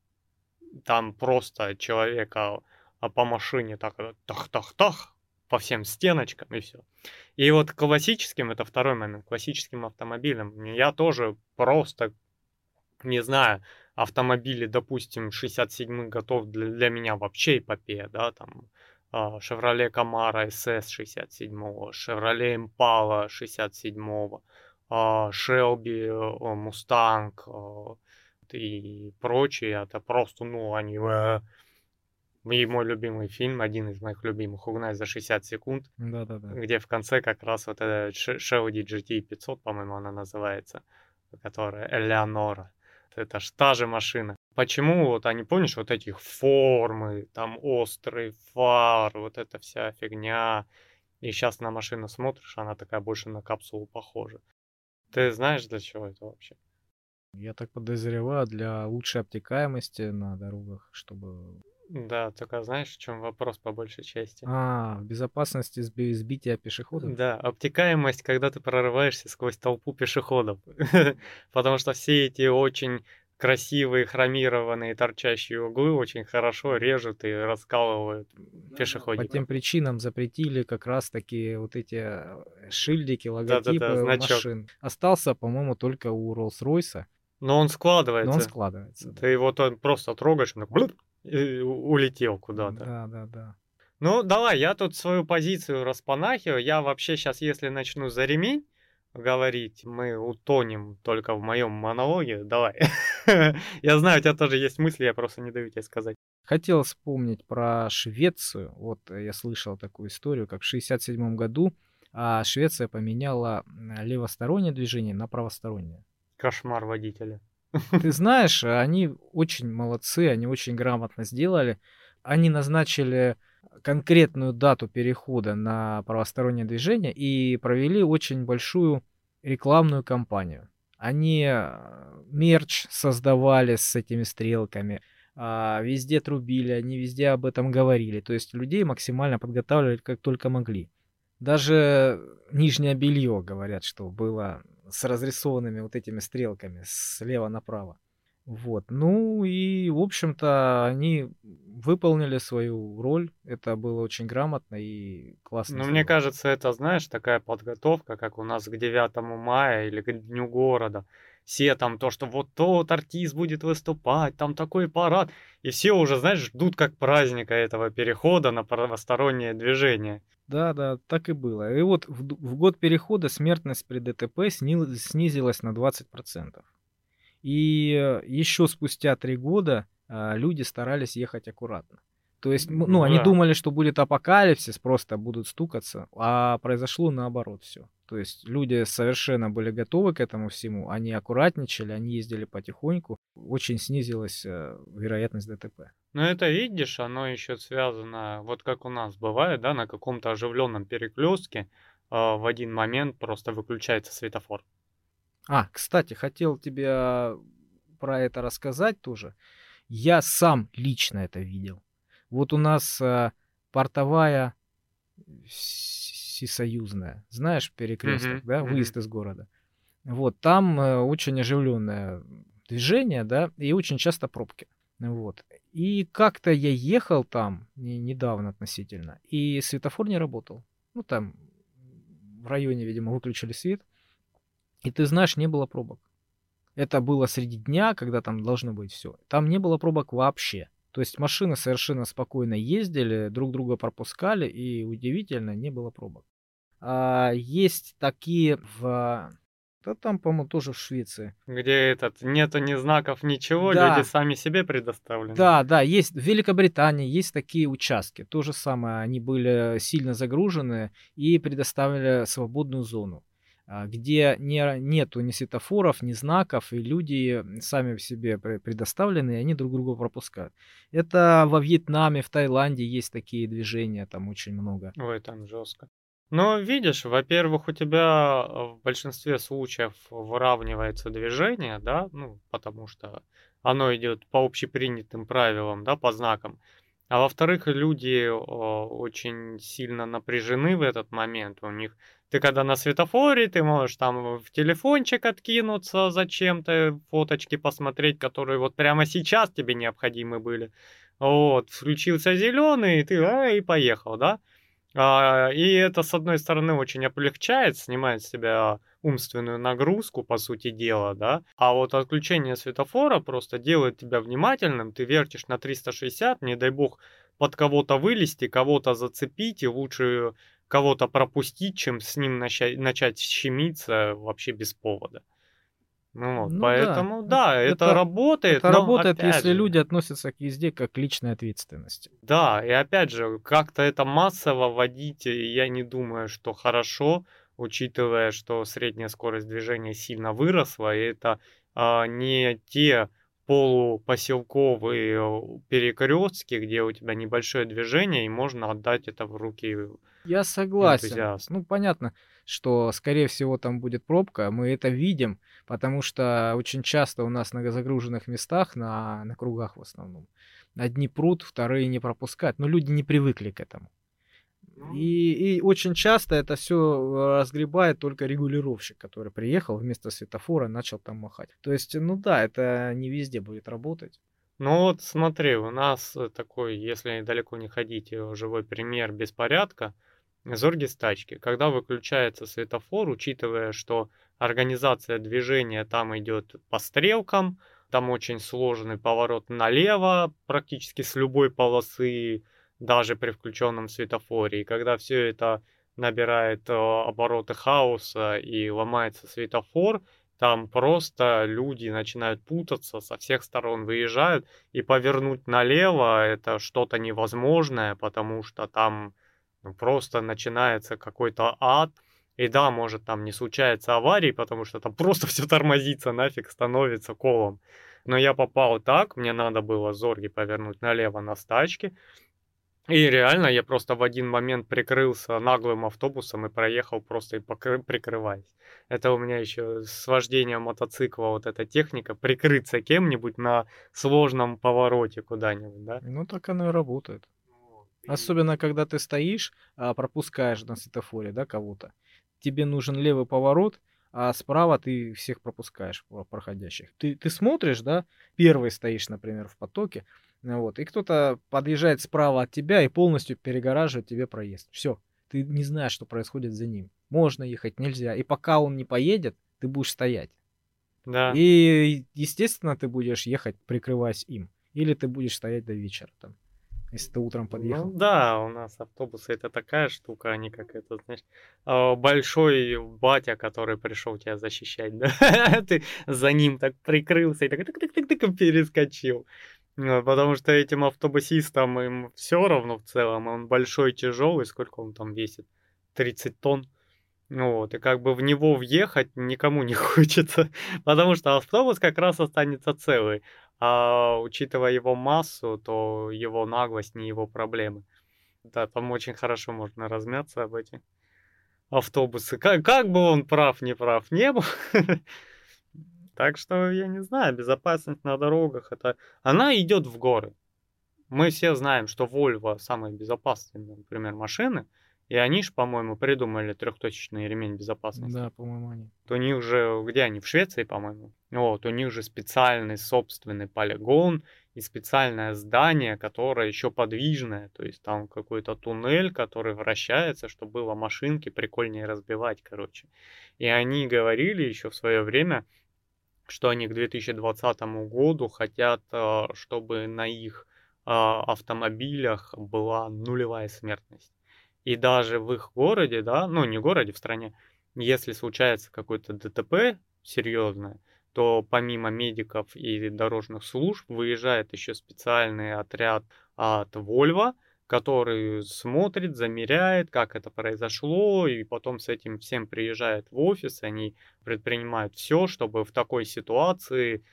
Там просто человека а, по машине так вот тах-тах-тах по всем стеночкам и все. И вот классическим, это второй момент, классическим автомобилем я тоже просто, не знаю, автомобили, допустим, шестьдесят седьмых годов для, для меня вообще эпопея, да, там а, Chevrolet Camaro эс эс шестьдесят седьмого, Chevrolet Impala шестьдесят седьмого, а, Shelby э, Mustang э, и прочие, это просто, ну, они... э, И мой любимый фильм, один из моих любимых, «Угнать за шестьдесят секунд», Да-да-да. где в конце как раз вот эта Ш- Shelby джи ти пятьсот, по-моему, она называется, которая Элеонора. Это ж та же машина. Почему вот они, помнишь, вот этих формы, там острый фар, вот эта вся фигня. И сейчас на машину смотришь, она такая больше на капсулу похожа. Ты знаешь, для чего это вообще? Я так подозреваю, для лучшей обтекаемости на дорогах, чтобы... Да, только знаешь, в чем вопрос по большей части? А, в безопасности сби- сбития пешеходов? Да, обтекаемость, когда ты прорываешься сквозь толпу пешеходов. Потому что все эти очень красивые хромированные торчащие углы очень хорошо режут и раскалывают Да-да. По тем пешеходников. причинам запретили как раз-таки вот эти э, шильдики, Да-да-да, логотипы у значок. машин. Остался, по-моему, только у Роллс-Ройса, Но он но он складывается. складывается, Ты да. его то просто трогаешь, он так блып, и у- улетел куда-то. Да-да-да. Ну, давай, я тут свою позицию распанахиваю. Я вообще сейчас, если начну за ремень говорить, мы утонем только в моем монологе. Давай. Я знаю, у тебя тоже есть мысли, я просто не даю тебе сказать. Хотел вспомнить про Швецию. Вот э, я слышал такую историю, как в шестьдесят седьмом году а, Швеция поменяла м, левостороннее движение на правостороннее. Кошмар водителя. Ты знаешь, э, они очень молодцы, они очень грамотно сделали. Они назначили конкретную дату перехода на правостороннее движение и провели очень большую рекламную кампанию. Они э, мерч создавали с этими стрелками, а, везде трубили, они везде об этом говорили. То есть людей максимально подготавливали как только могли. Даже нижнее белье, говорят, что было с разрисованными вот этими стрелками слева направо. Вот. Ну и, в общем-то, они выполнили свою роль. Это было очень грамотно и классно Ну, мне сделано. кажется, это, знаешь, такая подготовка, как у нас к девятому мая или к Дню города. Все там то, что вот тот артист будет выступать, там такой парад. И все уже, знаешь, ждут как праздника этого перехода на правостороннее движение. Да, да, так и было. И вот в, д- в год перехода смертность при ДТП снил- снизилась на двадцать процентов. И э, еще спустя три года а, люди старались ехать аккуратно. То есть, м, ну, Ну они да. думали, что будет апокалипсис, просто будут стукаться, а произошло наоборот все. То есть люди совершенно были готовы к этому всему, они аккуратничали, они ездили потихоньку, очень снизилась э, вероятность ДТП. Но это, видишь, оно еще связано, вот как у нас бывает, да, на каком-то оживленном перекрестке в один момент просто выключается светофор. А, кстати, хотел тебе про это рассказать тоже. Я сам лично это видел. Вот у нас э, портовая всесоюзная, знаешь, перекресток, Угу, да, угу. выезд из города. Вот, там э, очень оживленное движение, да, и очень часто пробки. Вот. И как-то я ехал там не- недавно относительно, и светофор не работал. Ну, там в районе, видимо, выключили свет. И ты знаешь, не было пробок. Это было среди дня, когда там должно быть все. Там не было пробок вообще. То есть машины совершенно спокойно ездили, друг друга пропускали, и удивительно, не было пробок. А, есть такие в... Да там, по-моему, тоже в Швеции. Где этот, нету ни знаков, ничего, люди Да, сами себе предоставлены. да, да, есть в Великобритании есть такие участки. То же самое, они были сильно загружены и предоставили свободную зону, а, где не, нету ни светофоров, ни знаков, и люди сами в себе пре- предоставлены, и они друг друга пропускают. Это во Вьетнаме, в Таиланде есть такие движения, там очень много. Ой, там жестко. Но видишь, во-первых, у тебя э, в большинстве случаев выравнивается движение, да, ну, потому что оно идет по общепринятым правилам, да, по знакам. А во-вторых, люди э, очень сильно напряжены в этот момент. У них ты когда на светофоре, ты можешь там в телефончик откинуться зачем-то, фоточки посмотреть, которые вот прямо сейчас тебе необходимы были. Вот, включился зеленый, и ты а, и поехал, да? А, и это, с одной стороны, очень облегчает, снимает с себя умственную нагрузку, по сути дела, да. А вот отключение светофора просто делает тебя внимательным, ты вертишь на триста шестьдесят, не дай бог под кого-то вылезти, кого-то зацепить, и лучше кого-то пропустить, чем с ним начать, начать щемиться вообще без повода. Ну вот, Ну да, поэтому э- да, это это, работает, это но работает, опять если же, люди относятся к езде как к личной ответственности. да, и опять же, как-то это массово вводить, э, я не думаю, что хорошо, учитывая, что средняя скорость движения сильно выросла, и это а, не те полупоселковые э, перекрестки, где у тебя небольшое движение, и можно отдать это в руки Я согласен. энтузиаста. Ну, понятно, что, скорее всего, там будет пробка. Мы это видим, потому что очень часто у нас на загруженных местах, на, на кругах в основном, одни прут, вторые не пропускают. Но люди не привыкли к этому. Ну, И, и очень часто это все разгребает только регулировщик, который приехал вместо светофора, начал там махать. То есть, ну да, это не везде будет работать. Ну вот смотри, у нас э, такой, если далеко не ходить, э, живой пример беспорядка, зорги стачки. Когда выключается светофор, учитывая, что организация движения там идет по стрелкам, там очень сложный поворот налево практически с любой полосы, даже при включенном светофоре. И когда все это набирает э, обороты хаоса и ломается светофор, там просто люди начинают путаться, со всех сторон выезжают, и повернуть налево это что-то невозможное, потому что там ну, просто начинается какой-то ад. И да, может там не случается аварий, потому что там просто все тормозится, нафиг становится колом. Но я попал так, мне надо было зорги повернуть налево на стачке. И реально я просто в один момент прикрылся наглым автобусом и проехал просто и покры- прикрываясь. Это у меня еще с вождением мотоцикла вот эта техника, прикрыться кем-нибудь на сложном повороте куда-нибудь, да? Ну, так оно и работает. Вот, и- Особенно, когда ты стоишь, а, пропускаешь на светофоре, да, кого-то. Тебе нужен левый поворот, а справа ты всех пропускаешь, про- проходящих. Ты, ты смотришь, да, первый стоишь, например, в потоке, ну вот, и кто-то подъезжает справа от тебя и полностью перегораживает тебе проезд. Все, ты не знаешь, что происходит за ним. Можно ехать, нельзя. И пока он не поедет, ты будешь стоять. Да. И, естественно, ты будешь ехать, прикрываясь им. Или ты будешь стоять до вечера там, если ты утром Ну подъехал. да, у нас автобусы это такая штука, они как это, знаешь, а, большой батя, который пришел тебя защищать, да? Ты за ним так прикрылся и так тык-тык-тык-тык перескочил. Ну, потому что этим автобусистам им все равно в целом, он большой, тяжелый, сколько он там весит? тридцать тонн. Ну вот, и как бы в него въехать никому не хочется, потому что автобус как раз останется целый. А учитывая его массу, то его наглость не его проблемы. Да, там очень хорошо можно размяться об эти автобусы. Как, как бы он прав, не прав не был. Так что, я не знаю, безопасность на дорогах, это... Она идет в горы. Мы все знаем, что Volvo самые безопасные, например, машины, и они же, по-моему, придумали трехточечный ремень безопасности. Да, по-моему, они. Вот у них же, где они, в Швеции, по-моему, вот, у них же специальный собственный полигон и специальное здание, которое еще подвижное, то есть там какой-то туннель, который вращается, чтобы было машинки прикольнее разбивать, короче. И они говорили еще в свое время, что они к две тысячи двадцатому году хотят, а, чтобы на их а, автомобилях была нулевая смертность. И даже в их городе, да, ну не городе, в стране, если случается какое-то ДТП серьезное, то помимо медиков и дорожных служб выезжает еще специальный отряд от Volvo, который смотрит, замеряет, как это произошло, и потом с этим всем приезжает в офис, они предпринимают все, чтобы в такой ситуации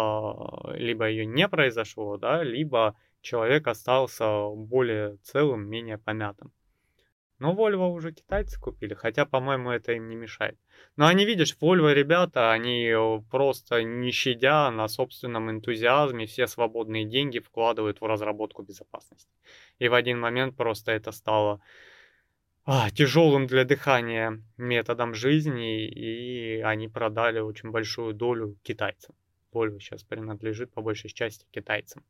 а, либо ее не произошло, да, либо человек остался более целым, менее помятым. Но Volvo уже китайцы купили, хотя, по-моему, это им не мешает. Но они, видишь, Volvo ребята, они э, просто не щадя на собственном энтузиазме все свободные деньги вкладывают в разработку безопасности. И в один момент просто это стало а, тяжелым для дыхания методом жизни, и они продали очень большую долю китайцам. Volvo сейчас принадлежит по большей части китайцам.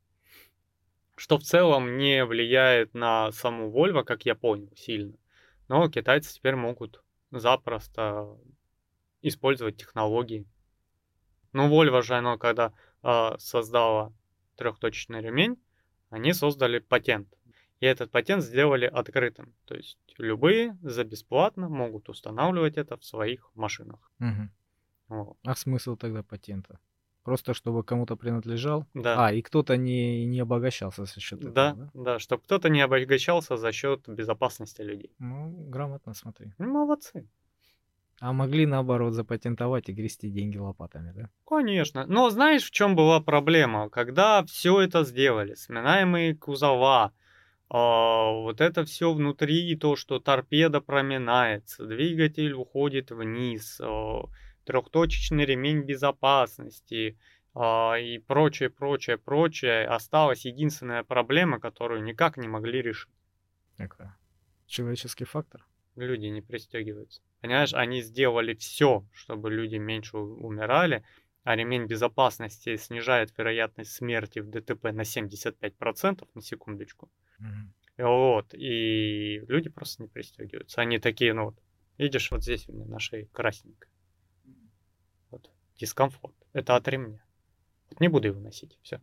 Что в целом не влияет на саму Volvo, как я понял, сильно. Но китайцы теперь могут запросто использовать технологии. Ну, Volvo же, оно когда а, создала трехточечный ремень, они создали патент. И этот патент сделали открытым. То есть любые за бесплатно могут устанавливать это в своих машинах. Мгм. Вот. А смысл тогда патента? Просто чтобы кому-то принадлежал? Да, А, и кто-то не, не обогащался за счет этого, да, да? да, чтобы кто-то не обогащался за счет безопасности людей. Ну, грамотно, смотри. Ну, молодцы. А могли, наоборот, запатентовать и грести деньги лопатами, да? Конечно. Но знаешь, в чем была проблема? Когда все это сделали, сминаемые кузова, а, вот это все внутри, то, что торпеда проминается, двигатель уходит вниз, а, трехточечный ремень безопасности, а, и прочее, прочее, прочее. Осталась единственная проблема, которую никак не могли решить. Какая? Человеческий фактор? Люди не пристегиваются. Понимаешь, они сделали все, чтобы люди меньше у- умирали, а ремень безопасности снижает вероятность смерти в ДТП на семьдесят пять процентов, на секундочку. Мгм. Вот, и люди просто не пристегиваются. Они такие, ну вот, видишь, вот здесь у меня на шее красненько. Вот, дискомфорт. Это от ремня. Вот не буду его носить, все.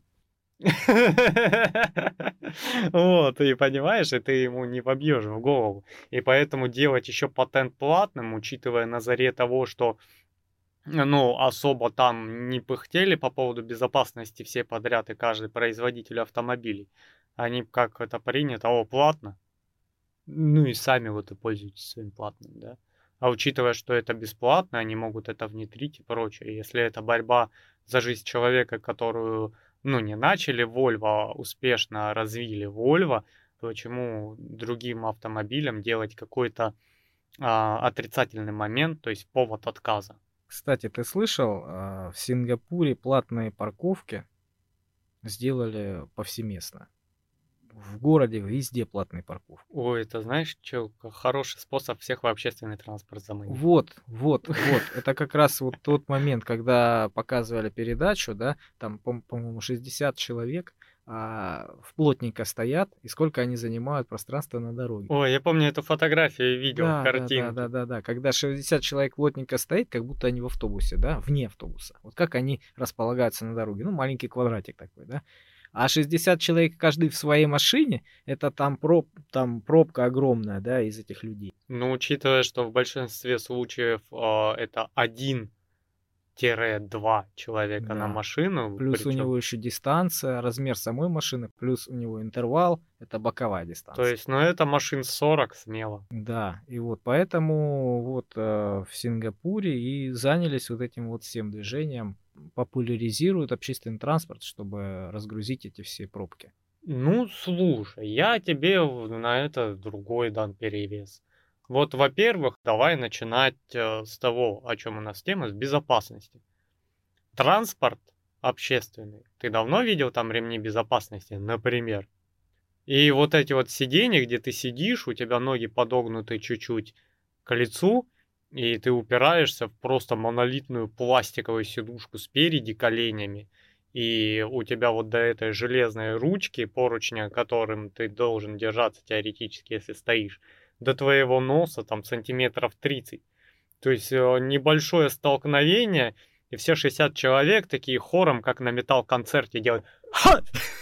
Вот, и понимаешь, и ты ему не вобьешь в голову. И поэтому делать еще патент платным, учитывая на заре того, что ну, особо там не пыхтели по поводу безопасности все подряд и каждый производитель автомобилей. Они как это принято, о, платно. Ну и сами вот и пользуйтесь своим платным, да. А учитывая, что это бесплатно, они могут это внедрить и прочее. Если это борьба за жизнь человека, которую, ну, не начали Volvo, а успешно развили Volvo, то почему другим автомобилям делать какой-то а, отрицательный момент, то есть повод отказа? Кстати, ты слышал, а, в Сингапуре платные парковки сделали повсеместно. В городе везде платные парковки. Ой, это знаешь, что хороший способ всех в общественный транспорт заманить. Вот, вот, вот. Это как раз вот тот момент, когда показывали передачу, да, там, по- по-моему, шестьдесят человек а, в плотненько стоят, и сколько они занимают пространства на дороге. Ой, я помню эту фотографию, видел, Да, да, да, да, картинки. да, да. Когда шестьдесят человек плотненько стоит, как будто они в автобусе, да, вне автобуса. Вот как они располагаются на дороге. Ну, маленький квадратик такой, да. А шестьдесят человек каждый в своей машине, это там, проб, там пробка огромная, да, из этих людей. Но учитывая, что в большинстве случаев а, это один-два человека на Да. машину, Плюс у причем, него еще дистанция, размер самой машины, плюс у него интервал, это боковая то дистанция. есть, ну это машин сорок смело. Да, и вот поэтому вот э, в Сингапуре и занялись вот этим вот всем движением, популяризируют общественный транспорт, чтобы разгрузить эти все пробки. Ну, слушай, я тебе в- на это другой дан перевес. Вот, во-первых, давай начинать э, с того, о чем у нас тема, с безопасности. Транспорт общественный. Ты давно видел там ремни безопасности, например? И вот эти вот сиденья, где ты сидишь, у тебя ноги подогнуты чуть-чуть к лицу, и ты упираешься в просто монолитную пластиковую сидушку спереди коленями, и у тебя вот до этой железной ручки, поручня, которым ты должен держаться теоретически, если стоишь, до твоего носа там сантиметров тридцать. То есть э, небольшое столкновение, и все шестьдесят человек такие хором, как на металл-концерте, делают «Ха!»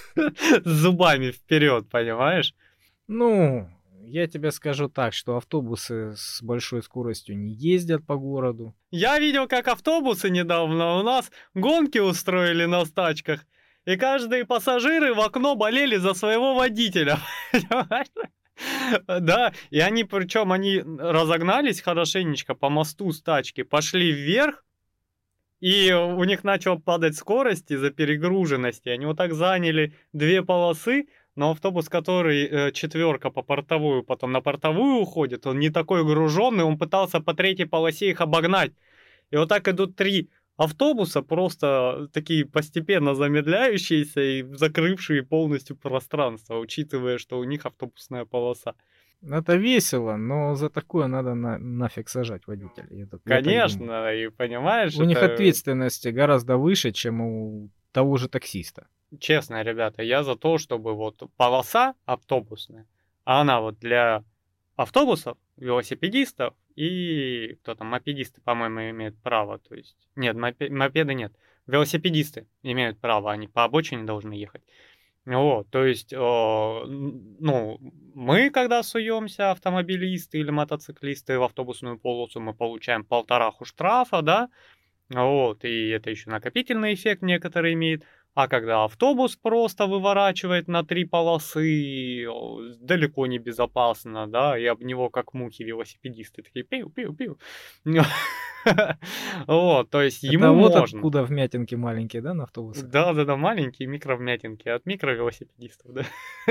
с зубами вперед, понимаешь? Ну, я тебе скажу так, что автобусы с большой скоростью не ездят по городу. Я видел, как автобусы недавно у нас гонки устроили на стачках, и каждые пассажиры в окно болели за своего водителя. Понимаешь? Да, и они, причем, они разогнались хорошенечко по мосту с тачки, пошли вверх, и у них начала падать скорость из-за перегруженности. Они вот так заняли две полосы, но автобус, который э, четверка по портовую, потом на портовую уходит, он не такой груженный, он пытался по третьей полосе их обогнать. И вот так идут три автобуса, просто такие постепенно замедляющиеся и закрывшие полностью пространство, учитывая, что у них автобусная полоса. Это весело, но за такое надо на- нафиг сажать водителей. Я так, я так думаю. Конечно, и понимаешь, У них это ответственности гораздо выше, чем у того же таксиста. честно, ребята, я за то, чтобы вот полоса автобусная, а она вот для автобусов, велосипедистов и кто там, мопедисты, по-моему, имеют право, то есть, нет, мопе- мопеды нет, велосипедисты имеют право, они по обочине должны ехать. Вот, то есть, э, н- ну, мы, когда суемся, автомобилисты или мотоциклисты, в автобусную полосу, мы получаем полтораху штрафа, да, вот, и это еще накопительный эффект некоторые имеет. А когда автобус просто выворачивает на три полосы, о, далеко не безопасно, да, и об него как мухи велосипедисты такие пиу-пиу-пиу. Вот, то есть Это ему вот можно. откуда вмятинки маленькие, да, на автобусах? Да-да-да, маленькие микровмятинки от микровелосипедистов, да.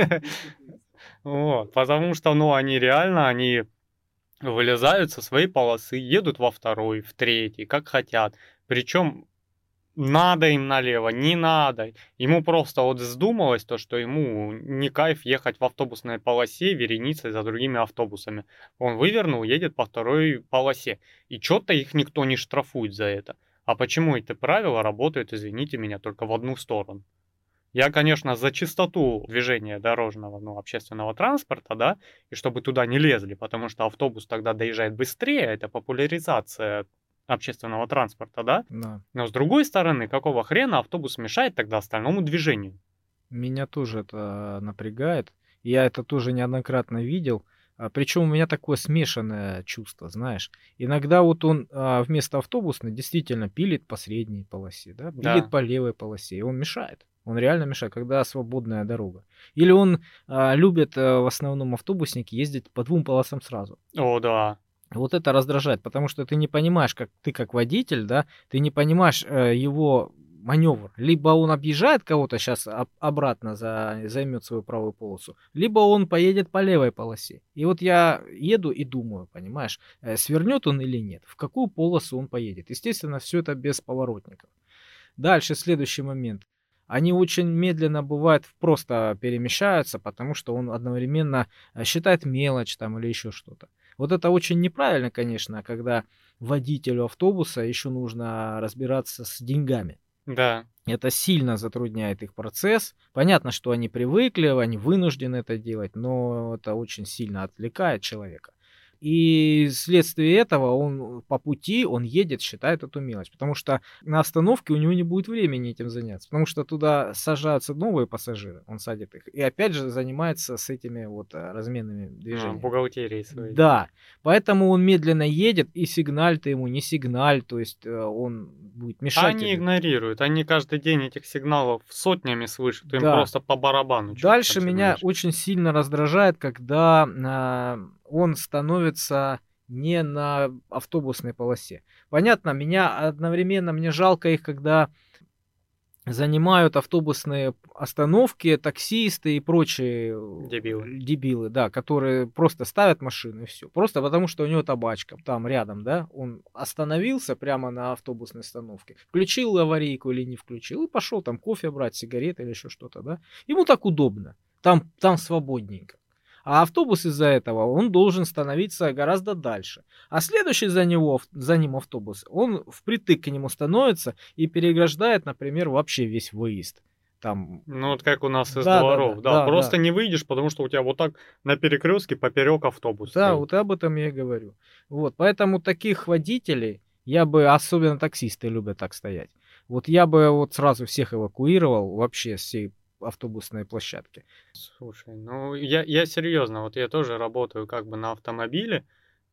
Вот, потому что, ну, они реально, они вылезают со своей полосы, едут во второй, в третий, как хотят. Причем надо им налево, не надо. Ему просто вот вздумалось то, что ему не кайф ехать в автобусной полосе вереницей за другими автобусами. Он вывернул, едет по второй полосе. И что-то их никто не штрафует за это. А почему эти правила работают, извините меня, только в одну сторону? Я, конечно, за чистоту движения дорожного, ну, общественного транспорта, да, и чтобы туда не лезли, потому что автобус тогда доезжает быстрее, это популяризация общественного транспорта, да. Да. Но с другой стороны, какого хрена автобус мешает тогда остальному движению? Меня тоже это напрягает. Я это тоже неоднократно видел. А, причем у меня такое смешанное чувство, знаешь. Иногда вот он а, вместо автобусной действительно пилит по средней полосе, да, пилит Да, по левой полосе, и он мешает. Он реально мешает, когда свободная дорога. Или он а, любит а, в основном автобусники ездить по двум полосам сразу. о, да, Вот это раздражает, потому что ты не понимаешь, как ты как водитель, да, ты не понимаешь э, его маневр. Либо он объезжает кого-то сейчас обратно за, займет свою правую полосу, либо он поедет по левой полосе. И вот я еду и думаю, понимаешь, э, свернет он или нет, в какую полосу он поедет. Естественно, все это без поворотников. Дальше следующий момент. Они очень медленно, бывает, просто перемещаются, потому что он одновременно э, считает мелочь там или еще что-то. Вот это очень неправильно, конечно, когда водителю автобуса еще нужно разбираться с деньгами. да. Это сильно затрудняет их процесс. Понятно, что они привыкли, они вынуждены это делать, но это очень сильно отвлекает человека. И вследствие этого он по пути, он едет, считает эту мелочь. Потому что на остановке у него не будет времени этим заняться. Потому что туда сажаются новые пассажиры, он садит их. И опять же занимается с этими вот а, разменными А, движениями. бухгалтерии своей. Да, поэтому он медленно едет, и сигналь ты ему, не сигналь, то есть э, он будет мешать Они тебе. игнорируют, они каждый день этих сигналов сотнями слышат, им Да. просто по барабану, что ты там Дальше меня сигналишь. очень сильно раздражает, когда а, он становится не на автобусной полосе. Понятно, меня одновременно, мне жалко их, когда занимают автобусные остановки таксисты и прочие Дебилы. э, дебилы, да, которые просто ставят машину и все. Просто потому, что у него табачка там рядом, да, он остановился прямо на автобусной остановке, включил аварийку или не включил и пошел там кофе брать, сигареты или еще что-то, да. Ему так удобно, там, там свободненько. А автобус из-за этого, он должен становиться гораздо дальше. А следующий за него, за ним автобус, он впритык к нему становится и переграждает, например, вообще весь выезд. Там, Ну, вот как у нас из да, да, да, дворов, да, да, да. просто не выйдешь, потому что у тебя вот так на перекрестке поперек автобус Да, стоит. вот об этом я и говорю. Вот, поэтому таких водителей, я бы, особенно таксисты любят так стоять. Вот я бы вот сразу всех эвакуировал вообще с всей автобусной площадки. Слушай, ну я, я серьезно, вот я тоже работаю как бы на автомобиле,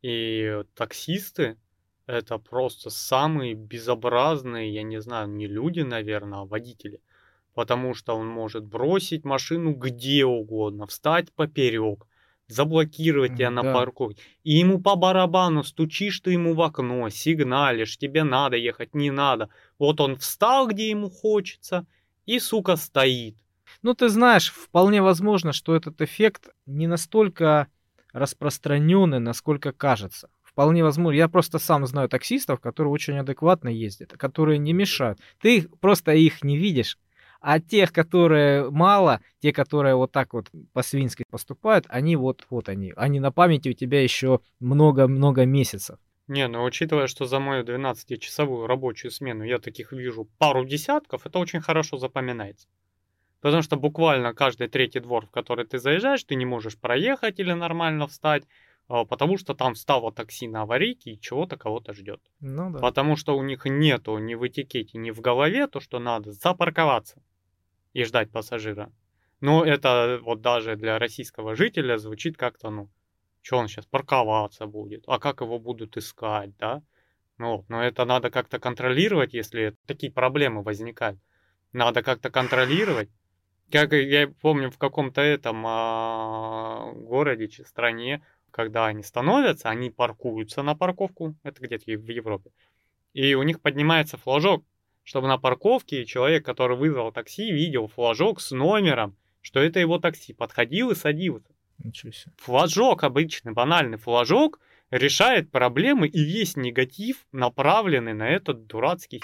и таксисты это просто самые безобразные, я не знаю, не люди, наверное, а водители. Потому что он может бросить машину где угодно, встать поперек, заблокировать тебя М, на Да. парковке. И ему по барабану, стучишь ты ему в окно, сигналишь, тебе надо ехать, не надо. Вот он встал, где ему хочется, и, сука, стоит. Ну, ты знаешь, вполне возможно, что этот эффект не настолько распространенный, насколько кажется. Вполне возможно. Я просто сам знаю таксистов, которые очень адекватно ездят, которые не мешают. Ты их- просто их не видишь. А тех, которые мало, те, которые вот так вот по-свински поступают, они вот, вот они. Они на памяти у тебя еще много-много месяцев. Не, ну учитывая, что за мою двенадцатичасовую рабочую смену я таких вижу пару десятков, это очень хорошо запоминается. Потому что буквально каждый третий двор, в который ты заезжаешь, ты не можешь проехать или нормально встать, а, потому что там встало такси на аварийке и чего-то кого-то ждет. Ну да. Потому что у них нету ни в этикете, ни в голове то, что надо запарковаться и ждать пассажира. Но это вот даже для российского жителя звучит как-то, ну, что он сейчас парковаться будет, а как его будут искать, да? Ну, вот, но это надо как-то контролировать, если такие проблемы возникают. Надо как-то контролировать. Как и я помню в каком-то этом а, городе, чи стране, когда они становятся, они паркуются на парковку, это где-то в Европе, и у них поднимается флажок, чтобы на парковке человек, который вызвал такси, видел флажок с номером, что это его такси, подходил и садился. Ничего себе. Флажок, обычный банальный флажок, решает проблемы, и весь негатив направленный на этот дурацкий.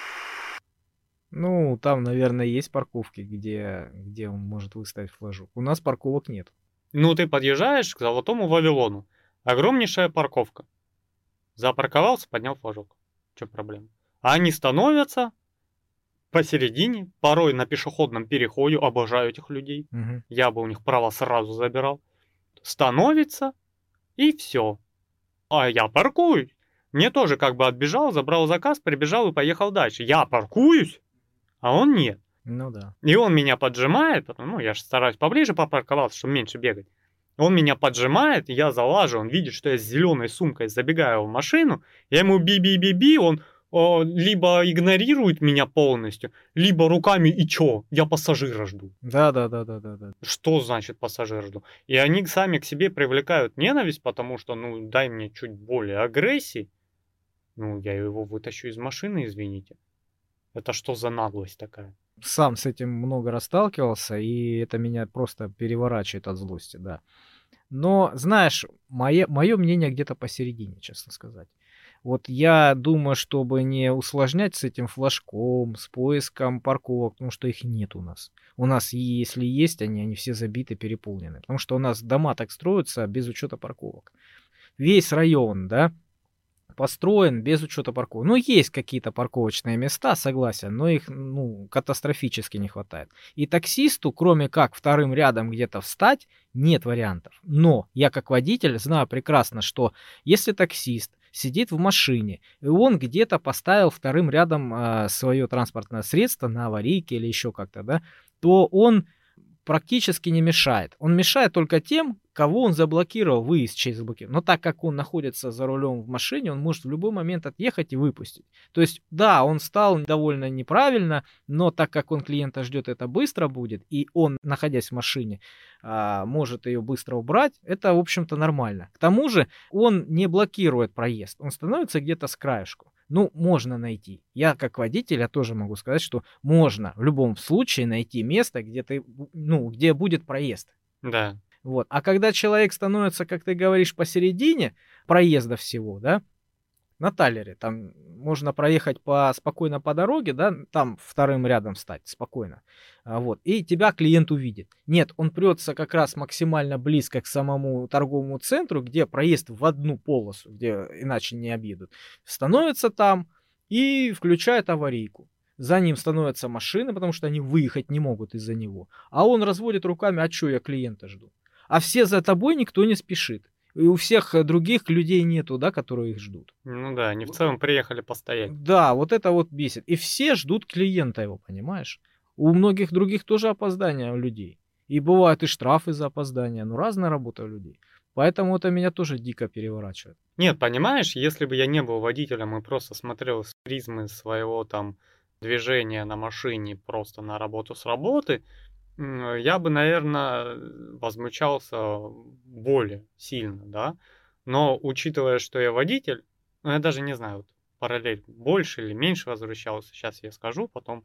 Ну, там, наверное, есть парковки, где, где он может выставить флажок. У нас парковок нет. Ну, ты подъезжаешь к Золотому Вавилону. Огромнейшая парковка. Запарковался, поднял флажок. Что проблема? А они становятся посередине, порой на пешеходном переходе. Обожаю этих людей. Угу. Я бы у них права сразу забирал. Становится, и все. А я паркуюсь. Мне тоже как бы отбежал, забрал заказ, прибежал и поехал дальше. Я паркуюсь, а он нет. Ну да. И он меня поджимает, потому, ну, я же стараюсь поближе попарковаться, чтобы меньше бегать. Он меня поджимает, я залажу, он видит, что я с зеленой сумкой забегаю в машину, я ему би-би-би-би, он о, либо игнорирует меня полностью, либо руками и чё, я пассажира жду. Да, да, да, да, да, да. Что значит пассажира жду? И они сами к себе привлекают ненависть, потому что, ну, дай мне чуть более агрессии, ну, я его вытащу из машины, извините. Это что за наглость такая? Сам с этим много раз сталкивался, и это меня просто переворачивает от злости, да. Но, знаешь, мое, мое мнение где-то посередине, честно сказать. Вот я думаю, чтобы не усложнять с этим флажком, с поиском парковок, потому что их нет у нас. У нас, если есть они, они все забиты, переполнены. Потому что у нас дома так строятся без учета парковок. Весь район, да, построен без учета парковок. Ну, есть какие-то парковочные места, согласен, но их, ну, катастрофически не хватает. И таксисту, кроме как вторым рядом где-то встать, нет вариантов. Но я как водитель знаю прекрасно, что если таксист сидит в машине, и он где-то поставил вторым рядом э, свое транспортное средство на аварийке или еще как-то, да, то он практически не мешает. Он мешает только тем, кого он заблокировал, выезд через заблокировал. Но так как он находится за рулем в машине, он может в любой момент отъехать и выпустить. То есть, да, он стал довольно неправильно, но так как он клиента ждет, это быстро будет, и он, находясь в машине, может ее быстро убрать, это, в общем-то, нормально. К тому же, он не блокирует проезд, он становится где-то с краешку. Ну, можно найти. Я как водитель, я тоже могу сказать, что можно в любом случае найти место, где ты, ну, где будет проезд. Да. Вот. А когда человек становится, как ты говоришь, посередине проезда всего, да, на талере, там можно проехать по, спокойно по дороге, да, там вторым рядом встать спокойно, а, вот, и тебя клиент увидит. Нет, он прется как раз максимально близко к самому торговому центру, где проезд в одну полосу, где иначе не объедут, становится там и включает аварийку. За ним становятся машины, потому что они выехать не могут из-за него. А он разводит руками, а что я клиента жду? А все за тобой, никто не спешит. И у всех других людей нету, да, которые их ждут. Ну да, они в целом приехали постоять. Да, вот это вот бесит. И все ждут клиента его, понимаешь? У многих других тоже опоздания у людей. И бывают и штрафы за опоздание. Ну, разная работа у людей. Поэтому это меня тоже дико переворачивает. Нет, понимаешь, если бы я не был водителем и просто смотрел с призмы своего там движения на машине просто на работу с работы, я бы, наверное, возмущался более сильно, да. Но учитывая, что я водитель, ну, я даже не знаю, вот, параллель больше или меньше возвращался, сейчас я скажу, потом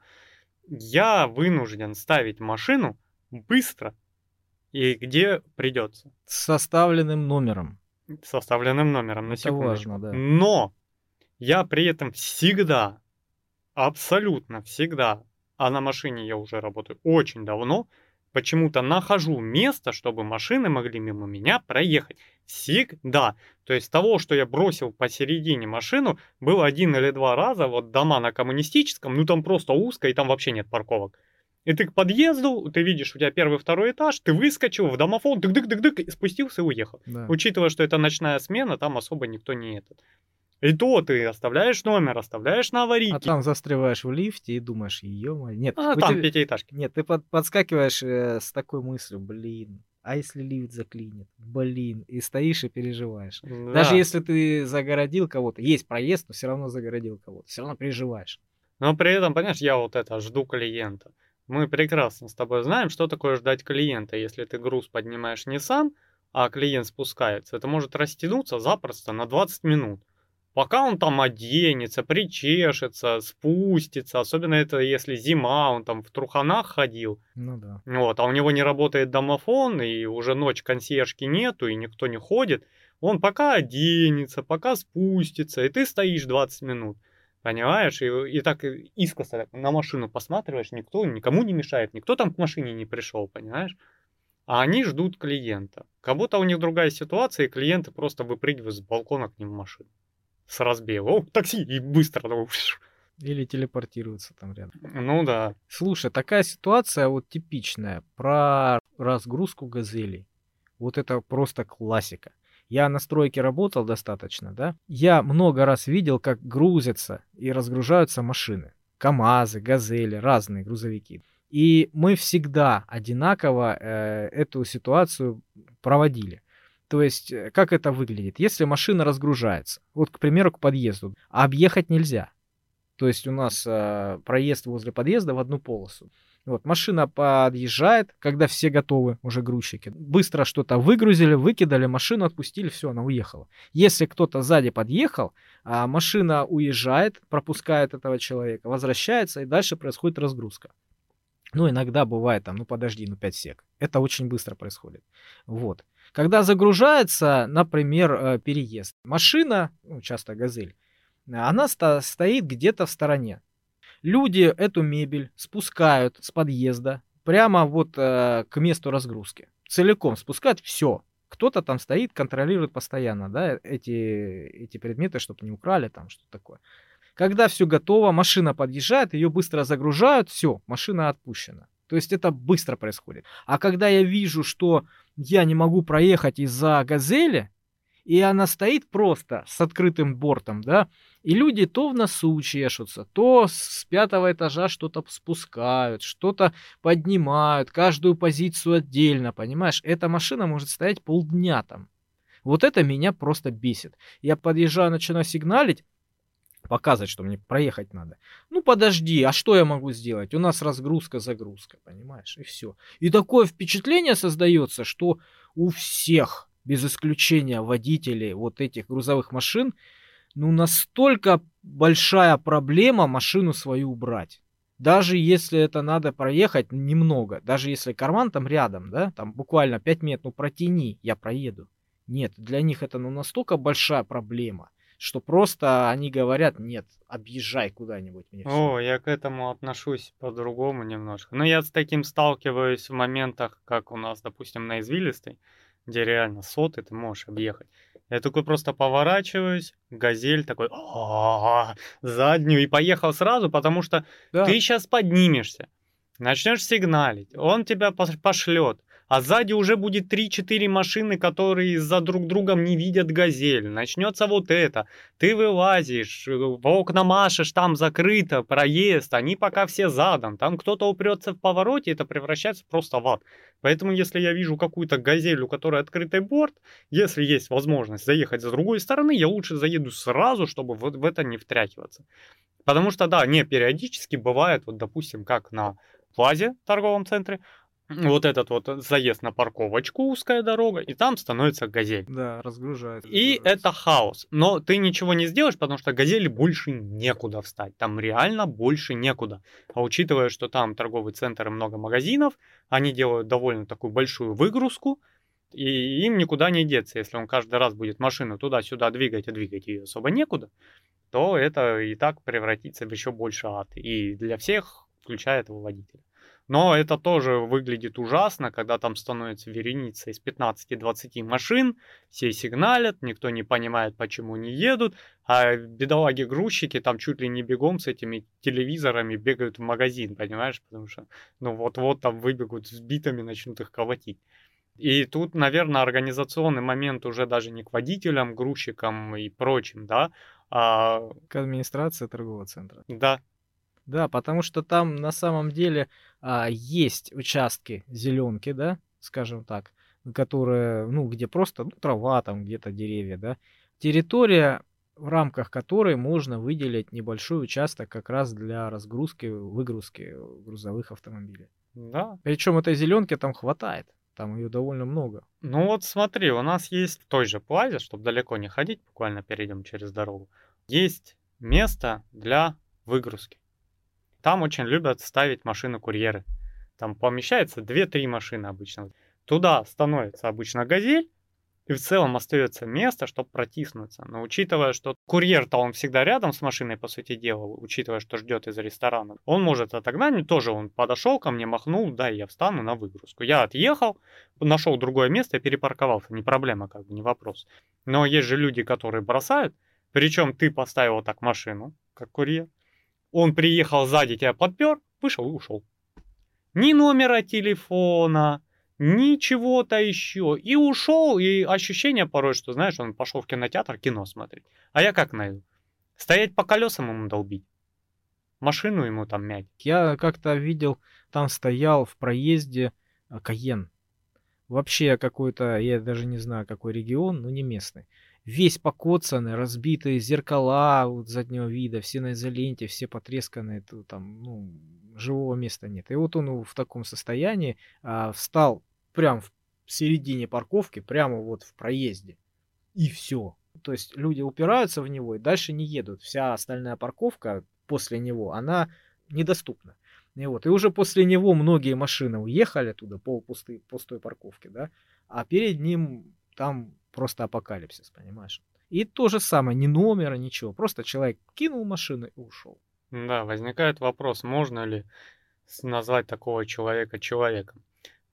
я вынужден ставить машину быстро и где придется. С составленным номером. С составленным номером, на Это секундочку. важно, да. Но я при этом всегда, абсолютно всегда, а на машине я уже работаю очень давно, почему-то нахожу место, чтобы машины могли мимо меня проехать. Всегда. То есть того, что я бросил посередине машину, было один или два раза, вот дома на Коммунистическом, ну там просто узко, и там вообще нет парковок. И ты к подъезду, ты видишь, у тебя первый, второй этаж, ты выскочил в домофон, дык-дык-дык-дык, спустился и уехал. Да. Учитывая, что это ночная смена, там особо никто не этот. И то ты оставляешь номер, оставляешь на аварийке. А там застреваешь в лифте и думаешь, ё-моё. Нет, А у там тебя- пятиэтажки. Нет, ты под- подскакиваешь э, с такой мыслью, блин, а если лифт заклинит? Блин, и стоишь и переживаешь. Даже Да. если ты загородил кого-то, есть проезд, но все равно загородил кого-то, все равно переживаешь. Но при этом, понимаешь, я вот это жду клиента. Мы прекрасно с тобой знаем, что такое ждать клиента. Если ты груз поднимаешь не сам, а клиент спускается, это может растянуться запросто на двадцать минут. Пока он там оденется, причешется, спустится, особенно это если зима, он там в труханах ходил, Ну да. вот, а у него не работает домофон, и уже ночь консьержки нету, и никто не ходит, он пока оденется, пока спустится, и ты стоишь двадцать минут, понимаешь? И, и так и искоса так на машину посматриваешь, никто никому не мешает, никто там к машине не пришел, понимаешь? А они ждут клиента. Как будто у них другая ситуация, и клиенты просто выпрыгивают с балкона к ним в машину. С разбега. О, такси! И быстро. ну, Или телепортируются там рядом. Ну да. Слушай, такая ситуация вот типичная про разгрузку газелей. Вот это просто классика. Я на стройке работал достаточно, да? Я много раз видел, как грузятся и разгружаются машины. КАМАЗы, газели, разные грузовики. И мы всегда одинаково э, эту ситуацию проводили. То есть, э, как это выглядит? Если машина разгружается, вот, к примеру, к подъезду, а объехать нельзя. То есть у нас э, проезд возле подъезда в одну полосу. Вот, машина подъезжает, когда все готовы, уже грузчики. Быстро что-то выгрузили, выкидали, машину отпустили, все, она уехала. Если кто-то сзади подъехал, а машина уезжает, пропускает этого человека, возвращается, и дальше происходит разгрузка. Ну, иногда бывает там, ну подожди, ну пять сек. Это очень быстро происходит. Вот. Когда загружается, например, э, переезд. Машина, ну, часто газель, она ста- стоит где-то в стороне. Люди эту мебель спускают с подъезда прямо вот э, к месту разгрузки. Целиком спускают все. Кто-то там стоит, контролирует постоянно, да, эти, эти предметы, чтобы не украли, там что-то такое. Когда все готово, машина подъезжает, ее быстро загружают, все, машина отпущена. То есть это быстро происходит. А когда я вижу, что я не могу проехать из-за газели, и она стоит просто с открытым бортом, да, и люди то в носу чешутся, то с пятого этажа что-то спускают, что-то поднимают, каждую позицию отдельно, понимаешь? Эта машина может стоять полдня там. Вот это меня просто бесит. Я подъезжаю, начинаю сигналить, показывать, что мне проехать надо. Ну подожди, а что я могу сделать? У нас разгрузка, загрузка, понимаешь? И все. И такое впечатление создается, что у всех, без исключения водителей вот этих грузовых машин, ну настолько большая проблема машину свою убрать. Даже если это надо проехать немного, даже если карман там рядом, да, там буквально пять метров, ну протяни, я проеду. Нет, для них это ну настолько большая проблема, что просто они говорят, нет, объезжай куда-нибудь мне все. О, я к этому отношусь по-другому немножко. Но я с таким сталкиваюсь в моментах, как у нас, допустим, на Извилистой, где реально соты ты можешь объехать. Я такой просто поворачиваюсь, газель такой, «А-а-а», заднюю, и поехал сразу, потому что Да, ты сейчас поднимешься, начнешь сигналить, он тебя пош- пошлет, а сзади уже будет три-четыре машины, которые за друг другом не видят газель. Начнется вот это. Ты вылазишь, э, в окна машешь, там закрыто, проезд, они пока все задом. Там кто-то упрется в повороте, это превращается просто в ад. Поэтому, если я вижу какую-то газель, у которой открытый борт, если есть возможность заехать с другой стороны, я лучше заеду сразу, чтобы вот в это не втряхиваться. Потому что, да, не, периодически бывает, вот, допустим, как на Плазе торговом центре, вот этот вот заезд на парковочку, узкая дорога, и там становится газель. да, разгружается, И разгружается. это хаос. Но ты ничего не сделаешь, потому что газели больше некуда встать. Там реально больше некуда. А учитывая, что там торговый центр и много магазинов, они делают довольно такую большую выгрузку, и им никуда не деться. Если он каждый раз будет машину туда-сюда двигать, а двигать ее особо некуда, то это и так превратится в еще больше ад. И для всех, включая этого водителя. Но это тоже выглядит ужасно, когда там становится вереница из пятнадцати-двадцати машин, все сигналят, никто не понимает, почему не едут, а бедолаги-грузчики там чуть ли не бегом с этими телевизорами бегают в магазин, понимаешь, потому что ну вот-вот там выбегут с битами, начнут их колотить. И тут, наверное, организационный момент уже даже не к водителям, грузчикам и прочим, да, а, К администрации торгового центра. да, Да, потому что там на самом деле а, есть участки зеленки, да, скажем так, которые, ну, где просто ну, трава, там где-то деревья, да. Территория в рамках которой можно выделить небольшой участок как раз для разгрузки, выгрузки грузовых автомобилей. Да. Причем этой зеленки там хватает, там ее довольно много. Ну вот смотри, у нас есть в той же Плазе, чтобы далеко не ходить, буквально перейдем через дорогу, есть место для выгрузки. Там очень любят ставить машины-курьеры. Там помещается две-три машины обычно. Туда становится обычно «Газель», и в целом остается место, чтобы протиснуться. Но учитывая, что курьер-то он всегда рядом с машиной, по сути дела, учитывая, что ждет из ресторана, он может отогнать. Мне тоже он подошел ко мне, махнул, да, я встану на выгрузку. Я отъехал, нашел другое место и перепарковался. Не проблема, как бы, не вопрос. Но есть же люди, которые бросают. Причем ты поставил так машину, как курьер. Он приехал сзади, тебя подпер, вышел и ушел. Ни номера телефона, ничего-то еще. И ушел, и ощущение порой, что, знаешь, он пошел в кинотеатр кино смотреть. А я как найду? Стоять по колесам ему долбить? Машину ему там мять? Я как-то видел, там стоял в проезде Кайен. Вообще какой-то, я даже не знаю, какой регион, но не местный. Весь покоцанный, разбитые зеркала вот заднего вида, все на изоленте, все потресканные, там, ну, живого места нет. И вот он в таком состоянии а, встал прямо в середине парковки, прямо вот в проезде. И все. То есть люди упираются в него и дальше не едут. Вся остальная парковка после него, она недоступна. И, вот, и уже после него многие машины уехали туда, полупустой пустой парковки, да, а перед ним там просто апокалипсис, понимаешь? И то же самое, ни номера, ничего, просто человек кинул машину и ушел. Да, возникает вопрос, можно ли назвать такого человека человеком?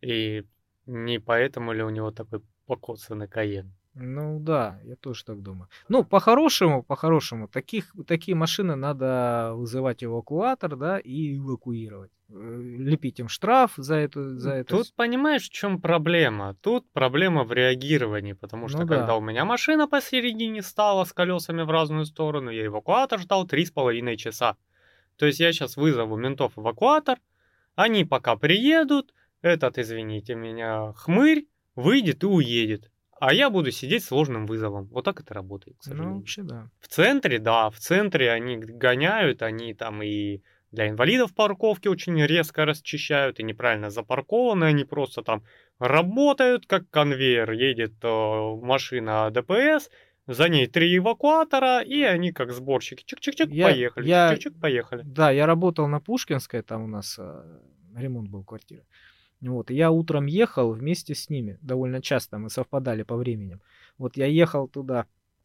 И не поэтому ли у него такой покоцанный Кайен? Ну да, я тоже так думаю. Ну, по-хорошему, по-хорошему, таких, такие машины надо вызывать эвакуатор, да, и эвакуировать. Лепить им штраф за это. За это. Тут понимаешь, в чем проблема? Тут проблема в реагировании, потому что Ну когда да. у меня машина посередине стала с колесами в разную сторону, я эвакуатор ждал три с половиной часа. То есть я сейчас вызову ментов эвакуатор, они пока приедут, этот, извините меня, хмырь выйдет и уедет. А я буду сидеть с сложным вызовом. Вот так это работает, к сожалению. Ну, вообще, да. В центре, да, в центре они гоняют, они там и для инвалидов парковки очень резко расчищают, и неправильно запаркованы, они просто там работают, как конвейер, едет э, машина ДПС, за ней три эвакуатора, и они как сборщики, чик-чик-чик, Я, поехали, я, чик-чик-чик, поехали. да, я работал на Пушкинской, там у нас э, ремонт был квартиры. Вот, и я утром ехал вместе с ними, довольно часто мы совпадали по времени. Вот я ехал туда,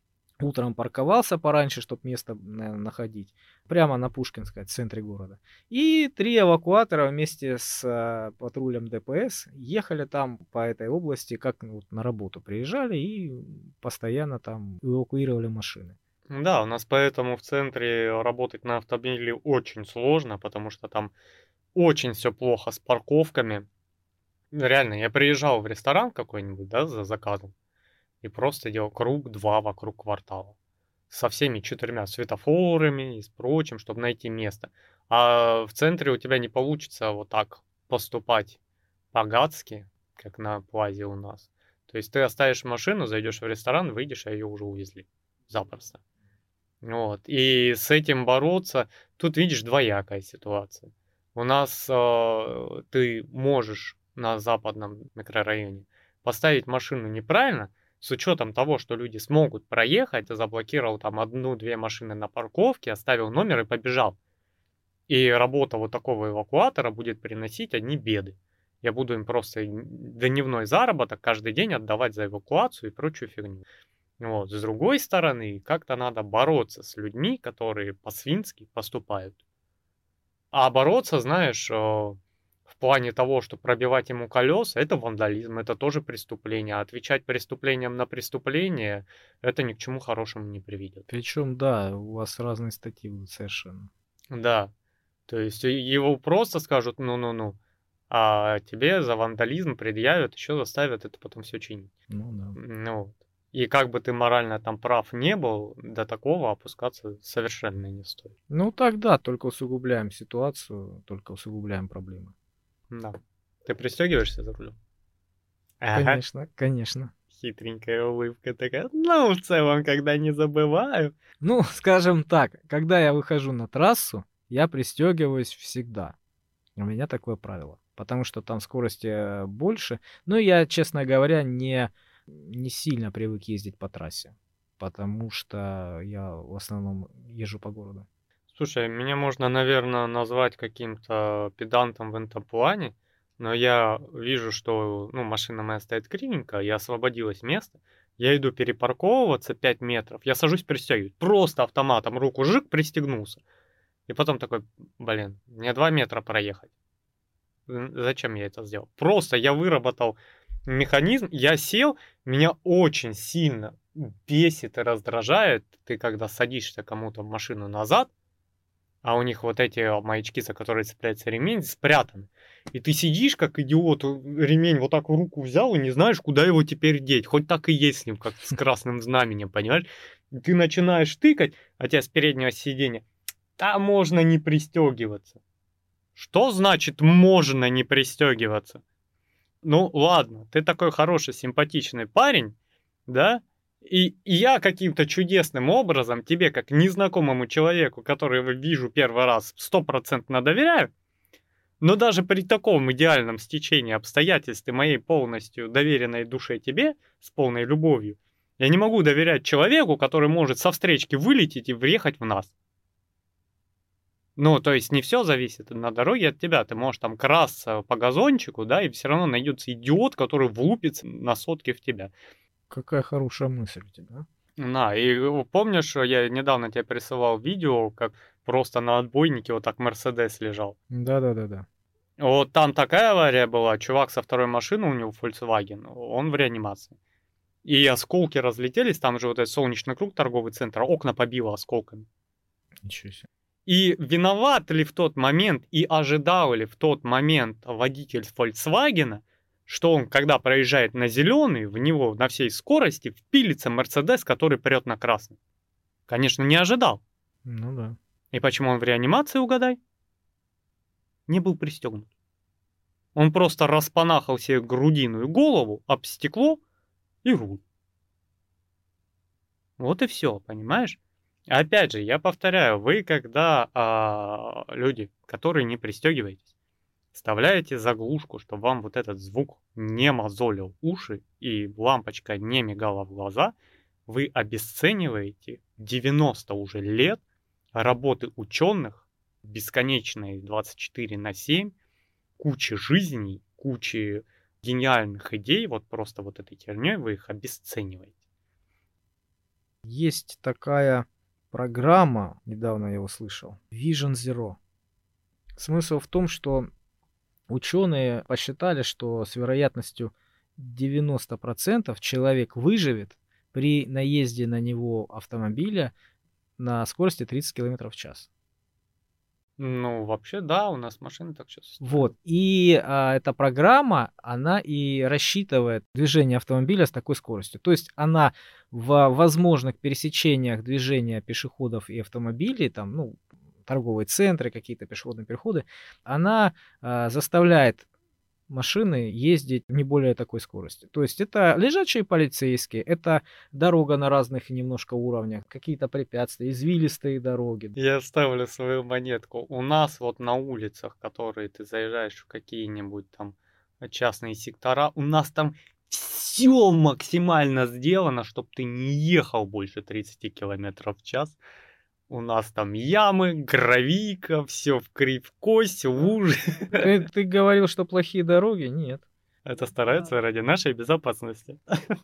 утром парковался пораньше, чтобы место, наверное, находить, прямо на Пушкинской, в центре города. И три эвакуатора вместе с э, патрулем ДПС ехали там по этой области, как ну, вот, на работу приезжали и постоянно там эвакуировали машины. Да, у нас поэтому в центре работать на автомобиле очень сложно, потому что там очень все плохо с парковками. Реально, я приезжал в ресторан какой-нибудь, да, за заказом, и просто делал круг два вокруг квартала. Со всеми четырьмя светофорами и с прочим, чтобы найти место. А в центре у тебя не получится вот так поступать по-гадски, как на Плазе у нас. То есть ты оставишь машину, зайдешь в ресторан, выйдешь, а ее уже увезли. Запросто. Вот. И с этим бороться, тут видишь двоякая ситуация. У нас э, ты можешь на западном микрорайоне поставить машину неправильно, с учетом того, что люди смогут проехать, ты заблокировал там одну-две машины на парковке, оставил номер и побежал. И работа вот такого эвакуатора будет приносить одни беды. Я буду им просто дневной заработок каждый день отдавать за эвакуацию и прочую фигню. Вот. С другой стороны, как-то надо бороться с людьми, которые по-свински поступают. А бороться, знаешь, в плане того, что пробивать ему колеса, это вандализм, это тоже преступление. А отвечать преступлением на преступление, это ни к чему хорошему не приведет. Причем, да, у вас разные статьи будут совершенно. Да. То есть его просто скажут, ну-ну-ну, а тебе за вандализм предъявят, еще заставят это потом все чинить. Ну да. Ну вот. И как бы ты морально там прав не был, до такого опускаться совершенно не стоит. Ну тогда только усугубляем ситуацию, только усугубляем проблемы. Да. Ты пристегиваешься за рулем? Конечно, конечно. Хитренькая улыбка такая. Ну, в целом, когда не забываю. Ну, скажем так, когда я выхожу на трассу, я пристегиваюсь всегда. У меня такое правило. Потому что там скорости э, больше. Но я, честно говоря, не, не сильно привык ездить по трассе. Потому что я в основном езжу по городу. Слушай, меня можно, наверное, назвать каким-то педантом в этом плане, но я вижу, что, ну, машина моя стоит кривенько, и освободилось место. Я иду перепарковываться пять метров, я сажусь пристегивать. Просто автоматом руку жик, пристегнулся. И потом такой, блин, мне два метра проехать. М, Зачем я это сделал? Просто я выработал механизм, я сел, меня очень сильно бесит и раздражает, ты когда садишься кому-то в машину назад, а у них вот эти маячки, за которые цепляется ремень, спрятаны. И ты сидишь, как идиот, ремень вот так в руку взял и не знаешь, куда его теперь деть. Хоть так и есть с ним, как с красным знаменем, понимаешь? И ты начинаешь тыкать, а тебя с переднего сиденья, да можно не пристегиваться. Что значит можно не пристегиваться? Ну ладно, ты такой хороший, симпатичный парень, да? И, и я каким-то чудесным образом тебе, как незнакомому человеку, которого вижу первый раз, стопроцентно доверяю, но даже при таком идеальном стечении обстоятельств и моей полностью доверенной душе тебе, с полной любовью, я не могу доверять человеку, который может со встречки вылететь и въехать в нас. Ну, то есть не все зависит на дороге от тебя. Ты можешь там красться по газончику, да, и все равно найдется идиот, который влупится на сотки в тебя. Какая хорошая мысль у тебя. На, и э, помнишь, я недавно тебе присылал видео, как просто на отбойнике вот так Мерседес лежал. Да-да-да-да. Вот там такая авария была, чувак со второй машины, у него Volkswagen, он в реанимации. И осколки разлетелись, там же вот этот солнечный круг, торговый центр, окна побило осколками. Ничего себе. И виноват ли в тот момент и ожидал ли в тот момент водитель Volkswagen, что он, когда проезжает на зеленый, в него на всей скорости впилится Мерседес, который прет на красный? Конечно, не ожидал. Ну да. И почему он в реанимации, угадай? Не был пристегнут. Он просто распанахал себе грудину и голову об стекло и руль. Вот и все, понимаешь? Опять же, я повторяю, вы когда а, люди, которые не пристегиваетесь, вставляете заглушку, чтобы вам вот этот звук не мозолил уши и лампочка не мигала в глаза, вы обесцениваете девяносто уже лет работы ученых, бесконечной двадцать четыре на семь, кучи жизней, кучи гениальных идей, вот просто вот этой херней вы их обесцениваете. Есть такая программа, недавно я услышал, Vision Zero. Смысл в том, что ученые посчитали, что с вероятностью девяносто процентов человек выживет при наезде на него автомобиля на скорости тридцать километров в час. Ну, вообще, да, у нас машины так сейчас устроены. Вот. И а, эта программа, она и рассчитывает движение автомобиля с такой скоростью. То есть она в возможных пересечениях движения пешеходов и автомобилей, там, ну, торговые центры, какие-то пешеходные переходы, она а, заставляет машины ездить не более такой скорости. То есть это лежачие полицейские, это дорога на разных немножко уровнях, какие-то препятствия, извилистые дороги. Я ставлю свою монетку. У нас вот на улицах, которые ты заезжаешь в какие-нибудь там частные сектора, у нас там все максимально сделано, чтобы ты не ехал больше тридцать километров в час. У нас там ямы, гравийка, все в кривь кость, лужи. Ты, ты говорил, что плохие дороги? Нет. Это стараются ради нашей безопасности.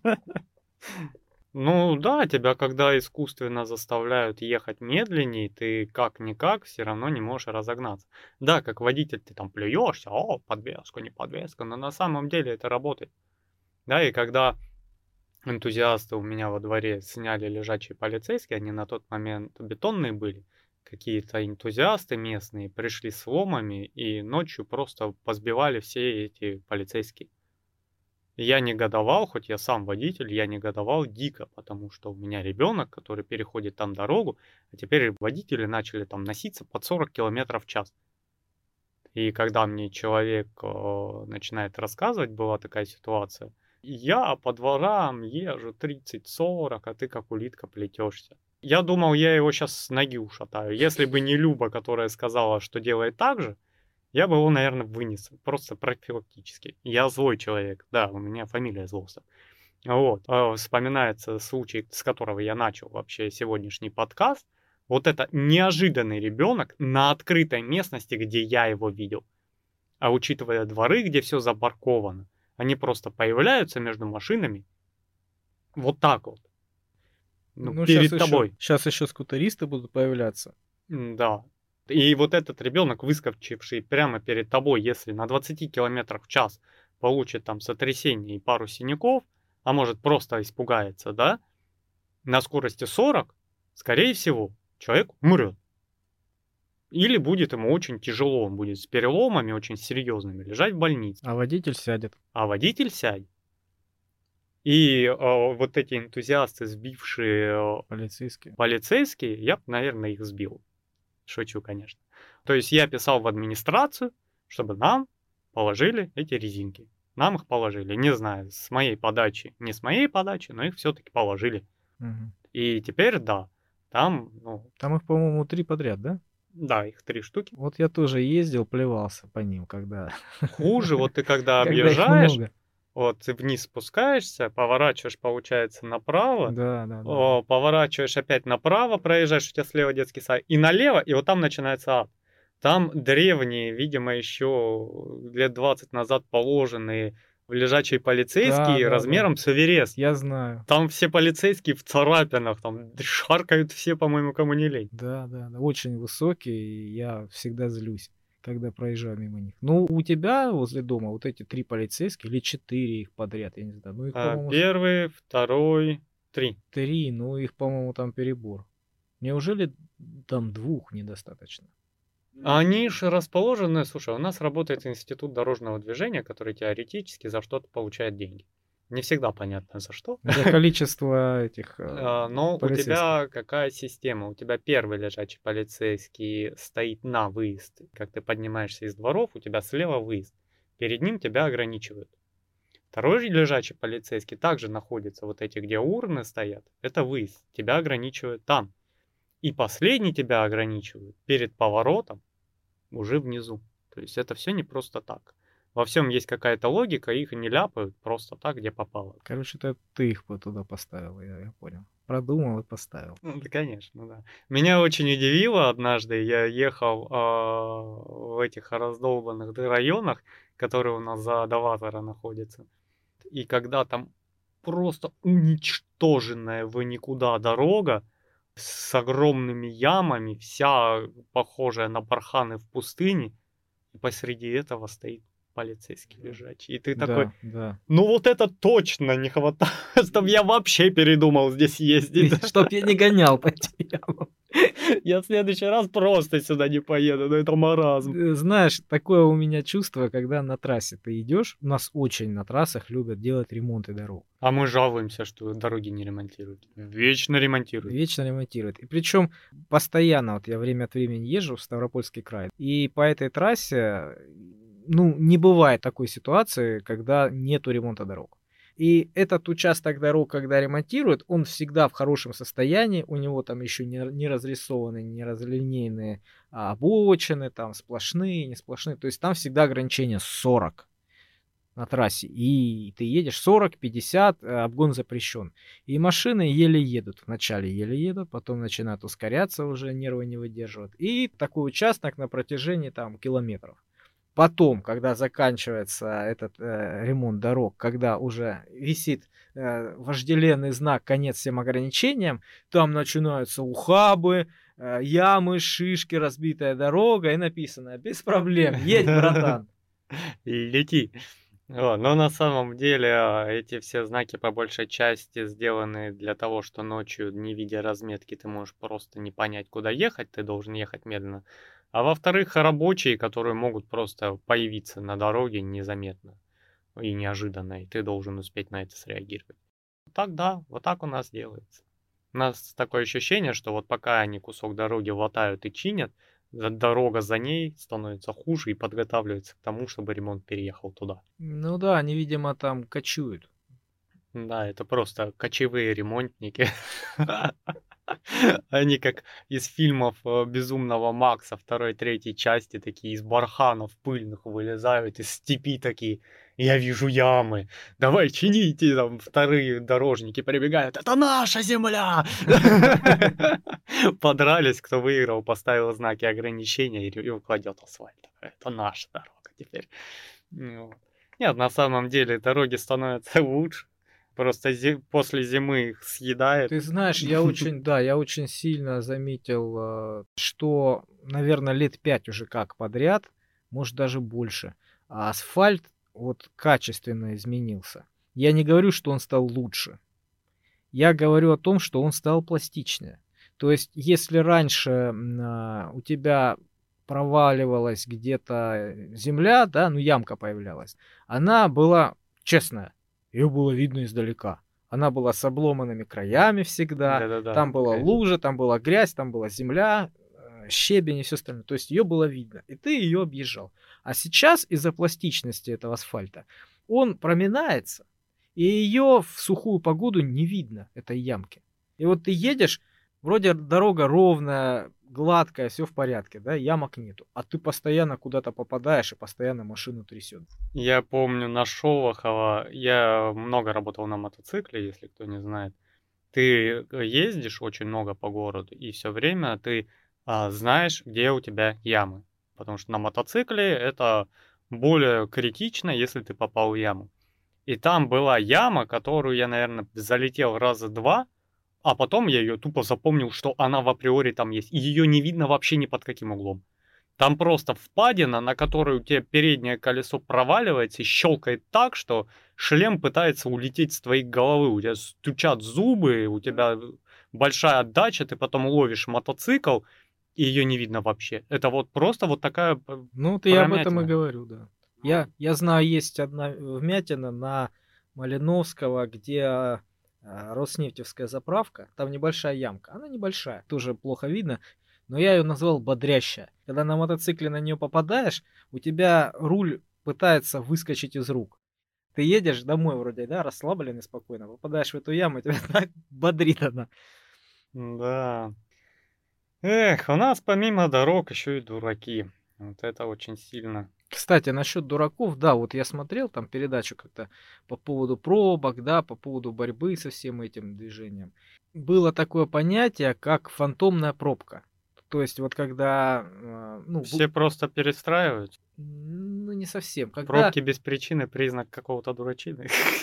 Ну да, тебя когда искусственно заставляют ехать медленнее, ты как-никак все равно не можешь разогнаться. Да, как водитель ты там плюешься, о, подвеска, не подвеска, но на самом деле это работает. Да, и когда энтузиасты у меня во дворе сняли лежачие полицейские, они на тот момент бетонные были, какие-то энтузиасты местные пришли с ломами и ночью просто позбивали все эти полицейские. Я негодовал, хоть я сам водитель, я негодовал дико, потому что у меня ребенок, который переходит там дорогу, а теперь водители начали там носиться под сорок километров в час. И когда мне человек э, начинает рассказывать, была такая ситуация, Я по дворам езжу тридцать сорок, а ты как улитка плетешься. Я думал, я его сейчас с ноги ушатаю. Если бы не Люба, которая сказала, что делает так же, я бы его, наверное, вынес. Просто профилактически. Я злой человек. Да, у меня фамилия Злостов. Вот. А, Вспоминается случай, с которого я начал вообще сегодняшний подкаст. Вот это неожиданный ребенок на открытой местности, где я его видел. А учитывая дворы, где все запарковано, они просто появляются между машинами вот так вот. Ну, Ну, сейчас перед еще, тобой. сейчас еще скутеристы будут появляться. М, Да. И вот этот ребенок, выскочивший прямо перед тобой, если на двадцати километрах в час получит там сотрясение и пару синяков, а может просто испугается, да, на скорости сорок, скорее всего, человек умрет. Или будет ему очень тяжело, он будет с переломами очень серьезными, лежать в больнице. А водитель сядет. А водитель сядет. И э, вот эти энтузиасты, сбившие э, Полицейские. полицейские, я бы, наверное, их сбил. Шучу, конечно. То есть я писал в администрацию, чтобы нам положили эти резинки. Нам их положили. Не знаю, с моей подачи, не с моей подачи, но их все-таки положили. Мгм. И теперь, да, там, ну, Там их, по-моему, три подряд, да? да, их три штуки. Вот я тоже ездил, плевался по ним, когда, Хуже, вот ты когда когда их объезжаешь, много. вот ты вниз спускаешься, поворачиваешь, получается, направо, Да, да, да. о, поворачиваешь опять направо, проезжаешь, у тебя слева детский сад, и налево, и вот там начинается ад. Там древние, видимо, еще лет двадцать назад положенные лежачие Да, полицейские да, да. размером с Эверест. Я знаю. Там все полицейские в царапинах, там шаркают все, по-моему, кому не лень. Да, да, да. Очень высокие, и я всегда злюсь, когда проезжаю мимо них. Ну, у тебя возле дома вот эти три полицейских или четыре их подряд, я не знаю. Ну, их, А, по-моему, с- Первый, второй, три. три, ну, их, по-моему, там перебор. Неужели там двух недостаточно? Они же расположены, слушай, у нас работает институт дорожного движения, который теоретически за что-то получает деньги. Не всегда понятно за что. За количество этих э, А, Но у полицейских. тебя какая система? У тебя первый лежачий полицейский стоит на выезд. Как ты поднимаешься из дворов, у тебя слева выезд. Перед ним тебя ограничивают. Второй же лежачий полицейский также находится, вот эти, где урны стоят, это выезд. Тебя ограничивают там. И последний тебя ограничивают перед поворотом уже внизу. То есть это все не просто так. Во всем есть какая-то логика, их не ляпают просто так, где попало. Короче, это ты их вот туда поставил, я, я понял. Продумал и поставил. Ну, да, конечно, да. Меня очень удивило однажды, я ехал а, в этих раздолбанных районах, которые у нас за Даватора находятся. И когда там просто уничтоженная в никуда дорога с огромными ямами, вся похожая на барханы в пустыне, и посреди этого стоит полицейский лежачий. И ты такой, Да, да. ну вот это точно не хватает, чтобы я вообще передумал здесь ездить. Чтоб я не гонял по этим ямам. Я в следующий раз просто сюда не поеду, но это маразм. Э, Знаешь, такое у меня чувство, когда на трассе ты идешь, у нас очень на трассах любят делать ремонты дорог. А мы жалуемся, что дороги не ремонтируют. Вечно ремонтируют. Вечно ремонтируют. И причем постоянно, вот я время от времени езжу в Ставропольский край, и по этой трассе, ну, не бывает такой ситуации, когда нету ремонта дорог. И этот участок дорог, когда ремонтируют, он всегда в хорошем состоянии, у него там еще не, не разрисованы, не разлинейные а, обочины, там сплошные, не сплошные, то есть там всегда ограничение сорок на трассе, и ты едешь сорок, пятьдесят, э, обгон запрещен. И машины еле едут, вначале еле едут, потом начинают ускоряться, уже нервы не выдерживают. И такой участок на протяжении там километров. Потом, когда заканчивается этот э, ремонт дорог, когда уже висит э, вожделенный знак «Конец всем ограничениям», там начинаются ухабы, э, ямы, шишки, разбитая дорога, и написано «Без проблем, едь, братан». Лети. Вот, но на самом деле а, эти все знаки по большей части сделаны для того, что ночью, не видя разметки, ты можешь просто не понять, куда ехать, ты должен ехать медленно. А во-вторых, рабочие, которые могут просто появиться на дороге незаметно и неожиданно, и ты должен успеть на это среагировать. Так да, вот так у нас делается. У нас такое ощущение, что вот пока они кусок дороги латают и чинят, за- дорога за ней становится хуже и подготавливается к тому, чтобы ремонт переехал туда. Ну да, они, видимо, там кочуют. Да, это просто кочевые ремонтники. Они как из фильмов э, Безумного Макса второй, третьей части, такие из барханов пыльных вылезают, из степи такие. Я вижу ямы. Давай чините, там вторые дорожники прибегают. Это наша земля! Подрались, кто выиграл, поставил знаки ограничения и ре- и укладет асфальт. Это наша дорога теперь. Ну вот. Нет, на самом деле дороги становятся лучше. Просто зи- после зимы их съедает. Ты знаешь, я очень, да, я очень сильно заметил, э, что, наверное, лет пять уже как подряд, может даже больше, а асфальт вот качественно изменился. Я не говорю, что он стал лучше. Я говорю о том, что он стал пластичнее. То есть, если раньше м, а, у тебя проваливалась где-то земля, да, ну ямка появлялась, она была честная, ее было видно издалека. Она была с обломанными краями всегда, Да-да-да, там была такая. лужа, там была грязь, там была земля, э, щебень и все остальное. То есть ее было видно, и ты ее объезжал. А сейчас из-за пластичности этого асфальта он проминается, и ее в сухую погоду не видно, этой ямки. И вот ты едешь, вроде дорога ровная, гладкая, все в порядке, да, ямок нету. А ты постоянно куда-то попадаешь и постоянно машину трясет. Я помню на Шолохова, я много работал на мотоцикле, если кто не знает. Ты э, ездишь очень много по городу, и все время ты а, знаешь, где у тебя ямы. Потому что на мотоцикле это более критично, если ты попал в яму. И там была яма, которую я, наверное, залетел раза два, а потом я ее тупо запомнил, что она в априори там есть. И ее не видно вообще ни под каким углом. Там просто впадина, на которую у тебя переднее колесо проваливается и щелкает так, что шлем пытается улететь с твоей головы. У тебя стучат зубы, у тебя большая отдача, ты потом ловишь мотоцикл, и ее не видно вообще. Это вот просто вот такая п- Ну, вот я об этом и промятина. говорю, да. Я, я знаю, есть одна вмятина на Малиновского, где а, Роснефтевская заправка. Там небольшая ямка. Она небольшая, тоже плохо видно. Но я ее назвал бодрящая. Когда на мотоцикле на нее попадаешь, у тебя руль пытается выскочить из рук. Ты едешь домой вроде, да, расслабленный, спокойно. Попадаешь в эту яму, и тебя так бодрит она. Да. Эх, у нас помимо дорог еще и дураки. Вот это очень сильно. Кстати, насчет дураков, да, вот я смотрел там передачу как-то по поводу пробок, да, по поводу борьбы со всем этим движением. Было такое понятие, как фантомная пробка. То есть вот когда, э, ну, бу- Все просто перестраиваются. ну не совсем, когда, Пробки без причины признак какого-то дурачины.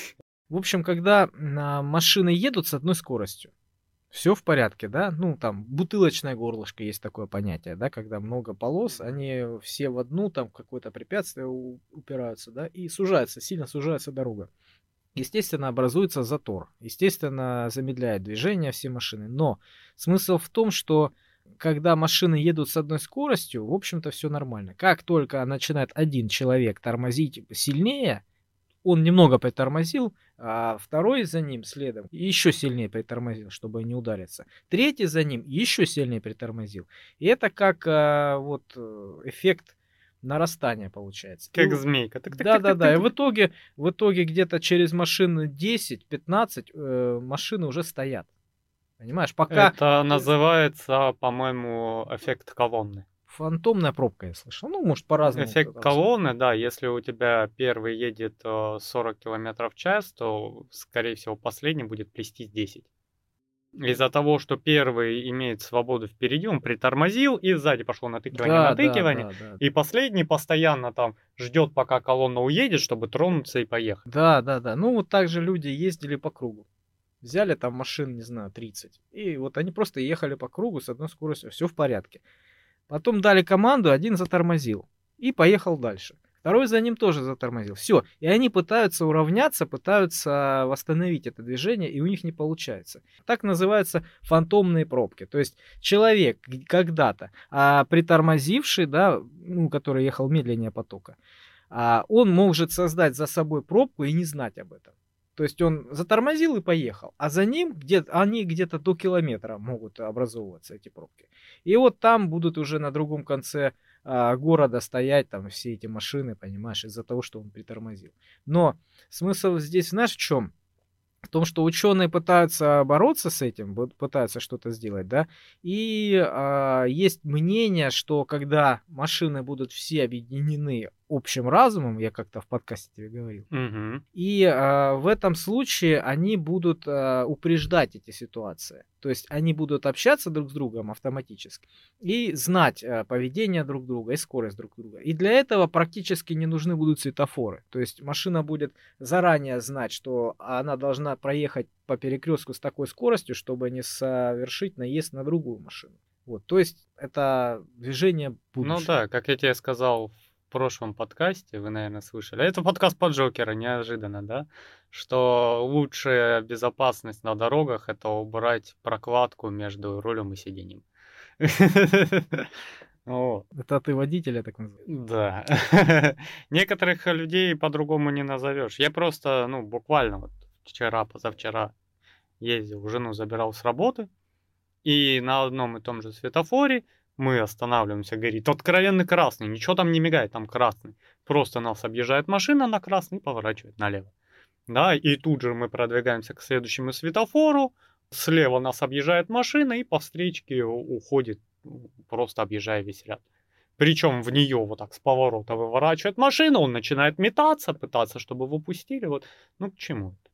в общем, когда а, машины едут с одной скоростью, все в порядке, да, ну там бутылочное горлышко есть такое понятие, да, когда много полос, они все в одну, там какое-то препятствие у- упираются, да, и сужается, сильно сужается дорога. Естественно, образуется затор. Естественно, замедляет движение все машины. Но смысл в том, что когда машины едут с одной скоростью, в общем-то, все нормально. Как только начинает один человек тормозить сильнее, он немного притормозил, а второй за ним следом еще сильнее притормозил, чтобы не удариться. Третий за ним еще сильнее притормозил. И это как а, вот э, эффект нарастания получается. И Как в- змейка. да-да-да, и в Тык-тык-тык-тык-тык. итоге, в итоге где-то через машины десять-пятнадцать э, машины уже стоят. Понимаешь, пока Это э, называется, по-моему, эффект колонны. фантомная пробка, я слышал. Ну, может, по-разному Эффект кто-то называет. колонны, да, если у тебя первый едет э, сорок километров в час, то, скорее всего, последний будет плестись десять. Из-за того, что первый имеет свободу впереди, он притормозил, и сзади пошло натыкивание, Да, да, натыкивание. да, да. И последний постоянно там ждет, пока колонна уедет, чтобы тронуться и поехать. Да, да, да. Ну, вот так же люди ездили по кругу. Взяли там машин, не знаю, тридцать. И вот они просто ехали по кругу с одной скоростью. Все в порядке. Потом дали команду, один затормозил. И поехал дальше. Второй за ним тоже затормозил. Все. И они пытаются уравняться, пытаются восстановить это движение, и у них не получается. Так называются фантомные пробки. То есть человек г- когда-то а, притормозивший, да, ну, который ехал медленнее потока, а, он может создать за собой пробку и не знать об этом. То есть он затормозил и поехал, а за ним где они где-то до километра могут образовываться эти пробки. И вот там будут уже на другом конце а, города стоять там все эти машины, понимаешь, из-за того, что он притормозил. Но смысл здесь, знаешь, в чем? в том, что ученые пытаются бороться с этим, б- пытаются что-то сделать, да, и а, есть мнение, что когда машины будут все объединены общим разумом, я как-то в подкасте тебе говорил, Мгм. и а, в этом случае они будут а, упреждать эти ситуации. То есть они будут общаться друг с другом автоматически и знать а, поведение друг друга и скорость друг друга. И для этого практически не нужны будут светофоры. То есть машина будет заранее знать, что она должна проехать по перекрестку с такой скоростью, чтобы не совершить наезд на другую машину. Вот, то есть это движение Ну будущего. да, как я тебе сказал в прошлом подкасте, вы, наверное, слышали. Это подкаст по Джокера, неожиданно, да? Что лучшая безопасность на дорогах — это убрать прокладку между рулем и сиденьем. Вот. Это ты водителя так называешь? Да. Некоторых людей по-другому не назовешь. Я просто, ну, буквально вот вчера, позавчера ездил, жену забирал с работы, и на одном и том же светофоре мы останавливаемся, горит откровенный красный, ничего там не мигает, там красный. Просто нас объезжает машина на красный и поворачивает налево. Да, и тут же мы продвигаемся к следующему светофору, слева нас объезжает машина и по встречке у- уходит, м, просто объезжая весь ряд. Причем в нее вот так с поворота выворачивает машина, он начинает метаться, пытаться, чтобы его пустили. Вот, ну к чему это?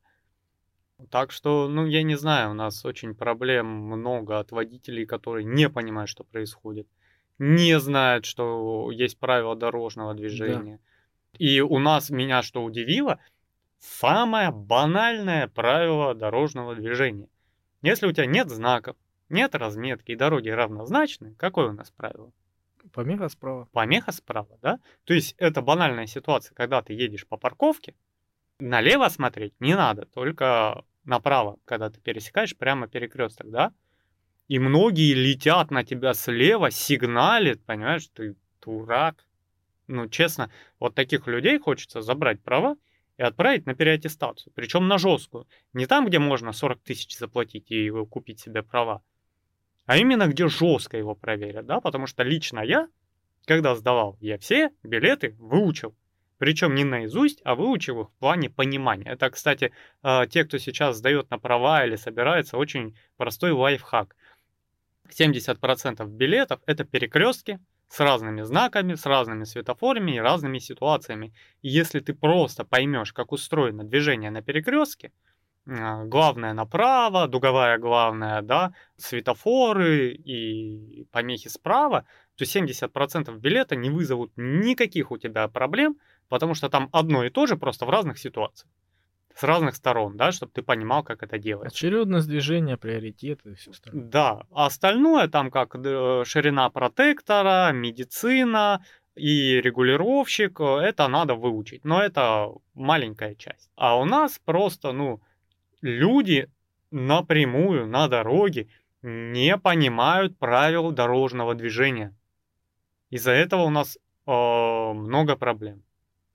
Так что, ну, я не знаю, у нас очень проблем много от водителей, которые не понимают, что происходит, не знают, что есть правила дорожного Да. движения. И у нас, меня что удивило, самое банальное правило дорожного движения. Если у тебя нет знаков, нет разметки и дороги равнозначны, какое у нас правило? Помеха справа. Помеха справа, да? То есть это банальная ситуация, когда ты едешь по парковке, налево смотреть не надо, только направо, когда ты пересекаешь прямо перекресток, да? И многие летят на тебя слева, сигналят, понимаешь, ты дурак. Ну, честно, вот таких людей хочется забрать права и отправить на переаттестацию. Причем на жесткую. Не там, где можно сорок тысяч заплатить и купить себе права, а именно где жестко его проверят, да? Потому что лично я, когда сдавал, я все билеты выучил. Причем не наизусть, а выучил их в плане понимания. Это, кстати, э, те, кто сейчас сдает на права или собирается, очень простой лайфхак. семьдесят процентов билетов — это перекрестки с разными знаками, с разными светофорами и разными ситуациями. И если ты просто поймешь, как устроено движение на перекрестке, а, главное направо, дуговая главная, да, светофоры и помехи справа, то семьдесят процентов билета не вызовут никаких у тебя проблем, потому что там одно и то же, просто в разных ситуациях, с разных сторон, да, чтобы ты понимал, как это делается. Очередность движения, приоритеты и все остальное. Да, а остальное там как д- ширина протектора, медицина и регулировщик, э, это надо выучить, но это маленькая часть. А у нас просто, ну, люди напрямую на дороге не понимают правил дорожного движения. Из-за этого у нас э, много проблем.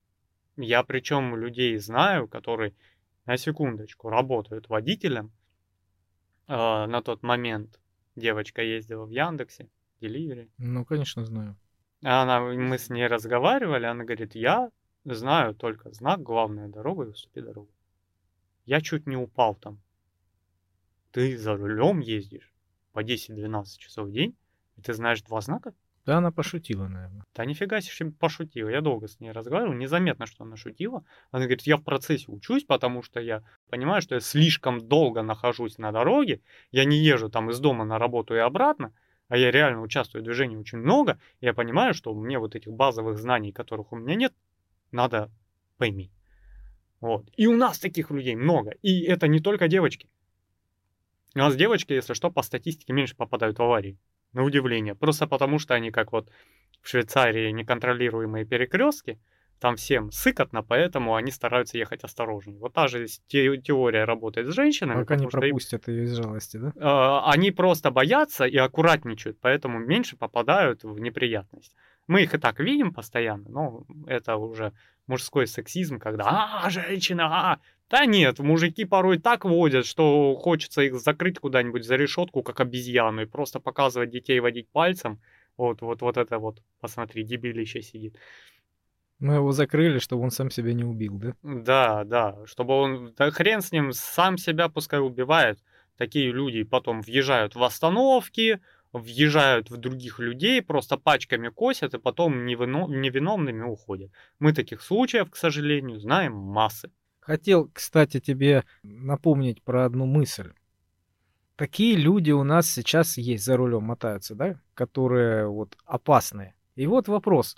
Я причем людей знаю, которые, на секундочку, работают водителем. Э, на тот момент девочка ездила в Яндексе, Деливери. Ну, конечно, знаю. Она, мы с ней разговаривали, она говорит, я знаю только знак «Главная дорога» и «Уступи дорогу». Я чуть не упал там. Ты за рулем ездишь по десять-двенадцать часов в день, и ты знаешь два знака? Да, она пошутила, наверное. Да нифига себе пошутила. Я долго с ней разговаривал, незаметно, что она шутила. Она говорит, я в процессе учусь, потому что я понимаю, что я слишком долго нахожусь на дороге, я не езжу там из дома на работу и обратно, а я реально участвую в движении очень много, и я понимаю, что мне вот этих базовых знаний, которых у меня нет, надо пойми. Вот. И у нас таких людей много. И это не только девочки. У нас девочки, если что, по статистике меньше попадают в аварии. На удивление. Просто потому, что они, как вот в Швейцарии, неконтролируемые перекрестки, там всем сыкотно, поэтому они стараются ехать осторожнее. Вот та же те- теория работает с женщинами, Пока не потому что им, пропустят ее из жалости, да? э, они просто боятся и аккуратничают, поэтому меньше попадают в неприятность. Мы их и так видим постоянно, но это уже мужской сексизм, когда «А, женщина, а!» Да нет, мужики порой так водят, что хочется их закрыть куда-нибудь за решетку, как обезьяну, и просто показывать детей, водить пальцем. Вот, вот, вот это вот, посмотри, дебилище сидит. Мы его закрыли, чтобы он сам себя не убил, да? Да, да, чтобы он, да хрен с ним, сам себя пускай убивает. Такие люди потом въезжают в остановки, въезжают в других людей, просто пачками косят и потом невино- невиновными уходят. Мы таких случаев, к сожалению, знаем массы. Хотел, кстати, тебе напомнить про одну мысль. Такие люди у нас сейчас есть, за рулем мотаются, да, которые вот опасные. И вот вопрос.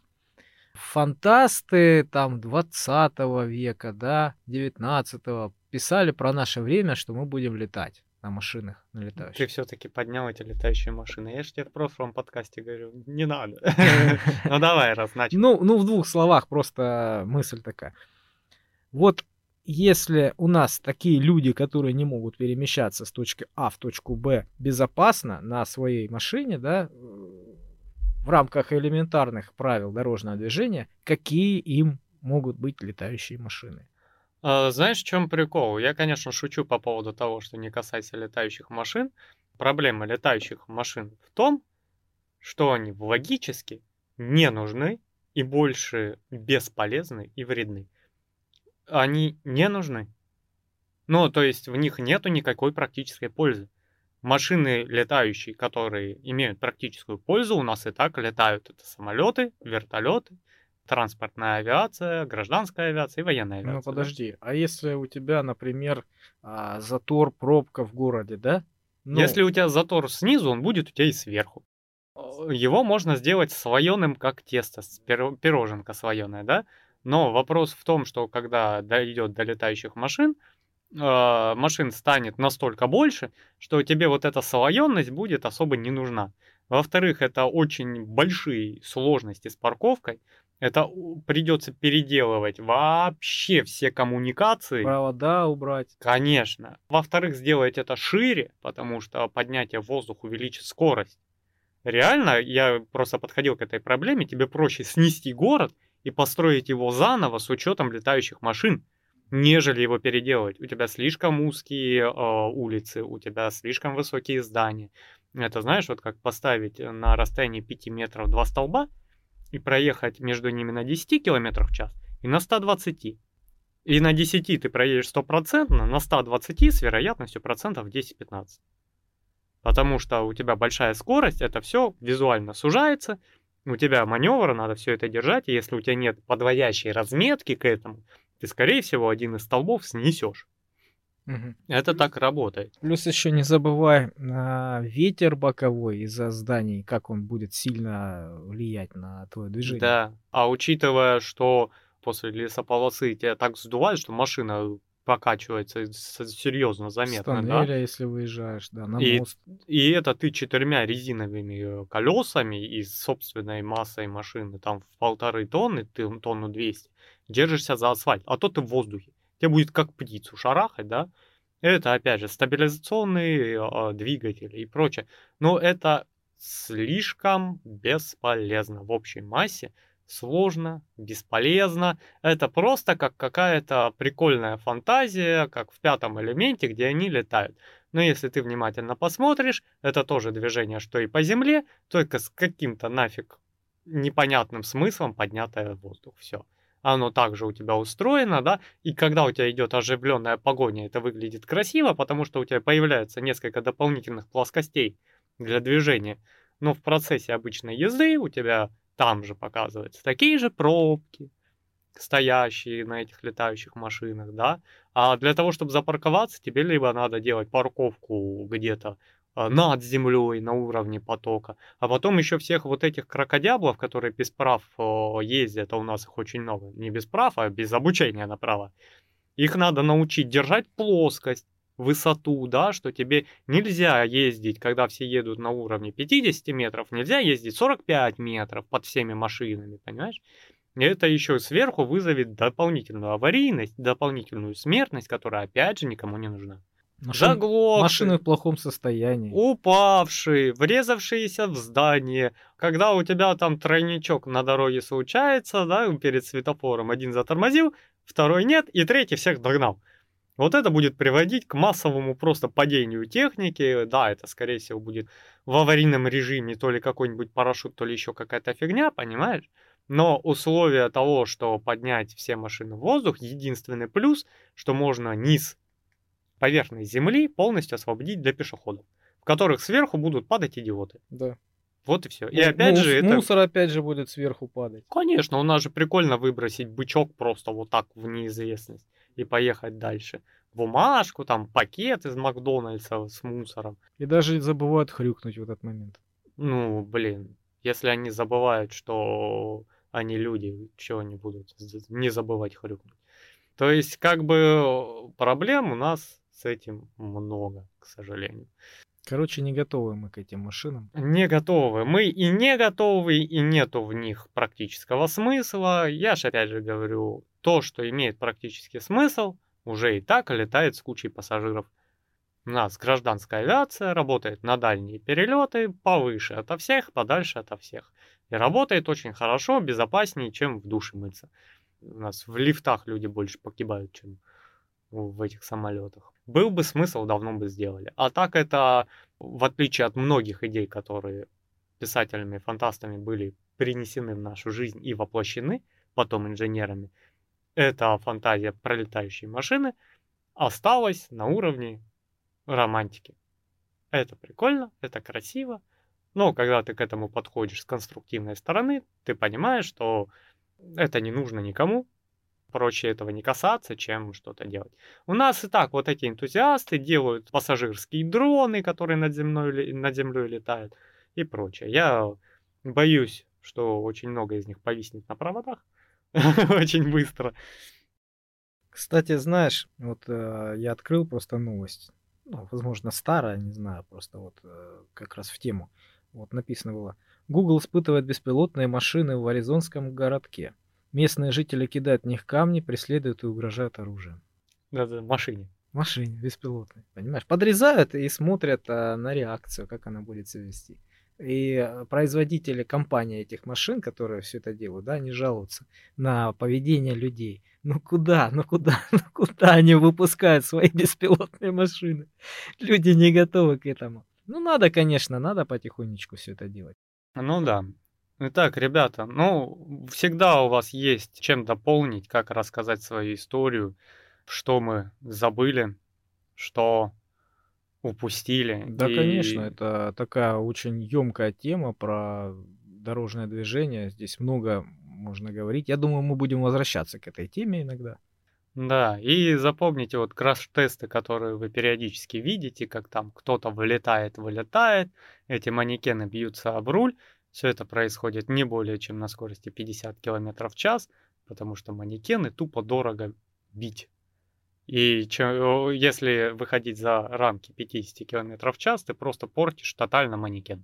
Фантасты там двадцатого века, да, девятнадцатого писали про наше время, что мы будем летать на машинах, на Ты летающих. все-таки поднял эти летающие машины. Я же тебе в прошлом подкасте говорю, не надо. Ну давай, раз начал. Ну, ну, в двух словах просто мысль такая. Вот если у нас такие люди, которые не могут перемещаться с точки А в точку Б безопасно на своей машине, да, э, в рамках элементарных правил дорожного движения, какие им могут быть летающие машины? А, Знаешь, в чем прикол? Я, конечно, шучу по поводу того, что не касается летающих машин. Проблема летающих машин в том, что они логически не нужны и больше бесполезны и вредны. Они не нужны. Ну, то есть в них нету никакой практической пользы. Машины летающие, которые имеют практическую пользу, у нас и так летают. Это самолеты, вертолеты, транспортная авиация, гражданская авиация и военная Ну авиация. Да? подожди, а если у тебя, например, а, затор, пробка в городе, да? Ну, Если у тебя затор снизу, он будет у тебя и сверху. Э, Его можно сделать слоеным, как тесто, с пиро- пироженка слоеная, да? Но вопрос в том, что когда дойдет до летающих машин, э, машин станет настолько больше, что тебе вот эта слоеность будет особо не нужна. Во-вторых, это очень большие сложности с парковкой. Это у- придется переделывать вообще все коммуникации. провода убрать. Конечно. Во-вторых, сделать это шире, потому что поднятие в воздух увеличит скорость. Реально, я просто подходил к этой проблеме, тебе проще снести город и построить его заново с учетом летающих машин, нежели его переделывать. У тебя слишком узкие э, улицы, у тебя слишком высокие здания. Это знаешь, вот как поставить на расстоянии пяти метров два столба и проехать между ними на десяти километрах в час и на ста двадцати. И на десяти ты проедешь стопроцентно, на ста двадцати с вероятностью процентов десять-пятнадцать. Потому что у тебя большая скорость, это все визуально сужается, у тебя маневра, надо все это держать, и если у тебя нет подводящей разметки к этому, ты, скорее всего, один из столбов снесешь. Мгм. Это так работает. Плюс еще не забывай, а, ветер боковой из-за зданий, как он будет сильно влиять на твое движение. Да. А учитывая, что после лесополосы тебя так сдувает, что машина покачивается с- серьезно С заметно, да? тоннеля, если выезжаешь, да, на И, мост. и это ты четырьмя резиновыми э, колесами и собственной массой машины, там в полторы тонны, ты тонну двести, держишься за асфальт, а то ты в воздухе. Тебе будет как птицу шарахать, да? Это, опять же, стабилизационные э, двигатели и прочее. Но это слишком бесполезно в общей массе. Сложно, бесполезно. Это просто как какая-то прикольная фантазия, как в пятом элементе, где они летают. Но если ты внимательно посмотришь, это тоже движение, что и по земле, только с каким-то нафиг непонятным смыслом поднятое в воздух. Все. Оно также у тебя устроено, да, и когда у тебя идет оживленная погоня, это выглядит красиво, потому что у тебя появляется несколько дополнительных плоскостей для движения. Но в процессе обычной езды у тебя там же показываются такие же пробки, стоящие на этих летающих машинах, да. А для того, чтобы запарковаться, тебе либо надо делать парковку где-то а, над землей на уровне потока, а потом еще всех вот этих крокодяблов, которые без прав о, ездят, а у нас их очень много, не без прав, а без обучения на права, их надо научить держать плоскость, высоту, да, что тебе нельзя ездить, когда все едут на уровне пятьдесят метров, нельзя ездить сорок пять метров под всеми машинами, понимаешь? И это еще сверху вызовет дополнительную аварийность, дополнительную смертность, которая опять же никому не нужна. Машин... Заглохшие, Машины в плохом состоянии. упавшие, врезавшиеся в здание. Когда у тебя там тройничок на дороге случается, да, перед светофором, один затормозил, второй нет, и третий всех догнал. Вот это будет приводить к массовому просто падению техники. Да, это, скорее всего, будет в аварийном режиме то ли какой-нибудь парашют, то ли еще какая-то фигня, понимаешь? Но условие того, что поднять все машины в воздух, единственный плюс, что можно низ поверхность земли полностью освободить для пешеходов, в которых сверху будут падать идиоты. Да. Вот и все. И Ну, опять мус- же, это... Мусор опять же будет сверху падать. Конечно, у нас же прикольно выбросить бычок просто вот так в неизвестность и поехать дальше. Бумажку, там, пакет из Макдональдса с мусором. И даже забывают хрюкнуть в этот момент. Ну, блин, если они забывают, что они люди, чего они будут не забывать хрюкнуть. То есть, как бы, проблем у нас с этим много, к сожалению. Короче, не готовы мы к этим машинам. Не готовы. Мы и не готовы, и нету в них практического смысла. Я же опять же говорю, то, что имеет практический смысл, уже и так летает с кучей пассажиров. У нас гражданская авиация работает на дальние перелеты, повыше ото всех, подальше ото всех. И работает очень хорошо, безопаснее, чем в душе мыться. У нас в лифтах люди больше погибают, чем в этих самолетах. Был бы смысл, давно бы сделали. А так это, в отличие от многих идей, которые писателями, фантастами были принесены в нашу жизнь и воплощены потом инженерами, эта фантазия про летающие машины осталась на уровне романтики. Это прикольно, это красиво, но когда ты к этому подходишь с конструктивной стороны, ты понимаешь, что это не нужно никому, проще этого не касаться, чем что-то делать. У нас и так вот эти энтузиасты делают пассажирские дроны, которые над землей, над землей летают и прочее. Я боюсь, что очень много из них повиснет на проводах очень быстро. Кстати, знаешь, вот э, я открыл просто новость. Ну, возможно, старая, не знаю, просто вот э, как раз в тему. Вот написано было. Google испытывает беспилотные машины в аризонском городке. Местные жители кидают в них камни, преследуют и угрожают оружием. Да-да, в машине. В машине беспилотной, понимаешь? Подрезают и смотрят а, на реакцию, как она будет себя вести. И а, производители компании этих машин, которые все это делают, да, они жалуются на поведение людей. Ну куда, ну куда, ну куда они выпускают свои беспилотные машины? Люди не готовы к этому. Ну надо, конечно, надо потихонечку все это делать. Ну да. Итак, ребята, ну, всегда у вас есть чем дополнить, как рассказать свою историю, что мы забыли, что упустили. Да, и... конечно, это такая очень емкая тема про дорожное движение. Здесь много можно говорить. Я думаю, мы будем возвращаться к этой теме иногда. Да, и запомните вот краш-тесты, которые вы периодически видите, как там кто-то вылетает, вылетает, эти манекены бьются об руль. Все это происходит не более чем на скорости пятьдесят километров в час, потому что манекены тупо дорого бить. И че- если выходить за рамки пятьдесят километров в час, ты просто портишь тотально манекен.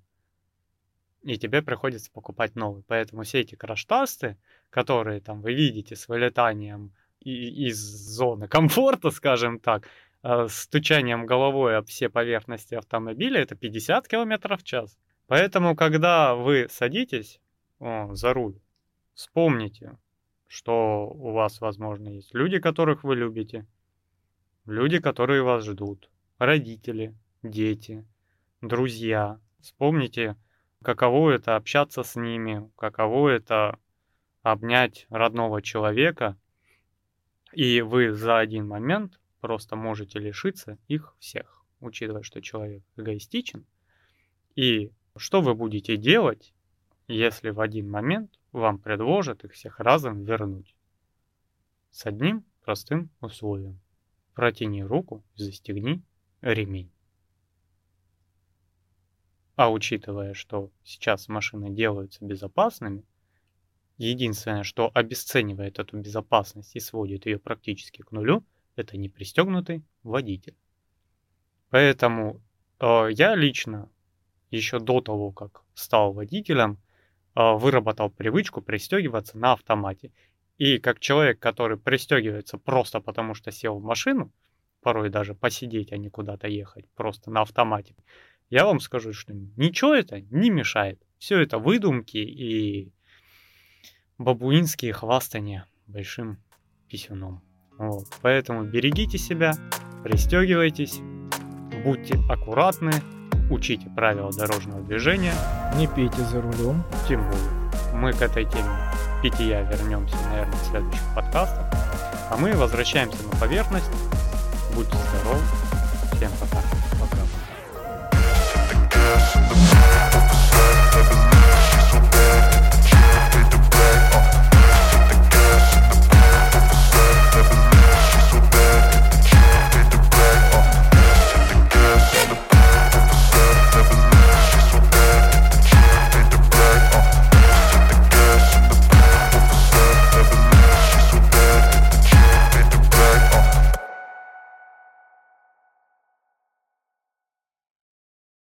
И тебе приходится покупать новый. Поэтому все эти краш-тесты, которые там вы видите с вылетанием и- из зоны комфорта, скажем так, э, с стучанием головой об все поверхности автомобиля, это пятьдесят километров в час. Поэтому, когда вы садитесь о, за руль, вспомните, что у вас, возможно, есть люди, которых вы любите, люди, которые вас ждут, родители, дети, друзья. Вспомните, каково это общаться с ними, каково это обнять родного человека, и вы за один момент просто можете лишиться их всех, учитывая, что человек эгоистичен. И что вы будете делать, если в один момент вам предложат их всех разом вернуть? С одним простым условием. Протяни руку и застегни ремень. А учитывая, что сейчас машины делаются безопасными, единственное, что обесценивает эту безопасность и сводит ее практически к нулю, это непристегнутый водитель. Поэтому э, я лично еще до того, как стал водителем, выработал привычку пристегиваться на автомате. И как человек, который пристегивается просто потому, что сел в машину, порой даже посидеть, а не куда-то ехать, просто на автомате, я вам скажу, что ничего это не мешает. Все это выдумки и бабуинские хвастания большим писюном. Вот. Поэтому берегите себя, пристегивайтесь, будьте аккуратны, учите правила дорожного движения. Не пейте за рулем. Тем более. Мы к этой теме питья вернемся, наверное, в следующих подкастах. А мы возвращаемся на поверхность. Будьте здоровы. Всем пока. Пока.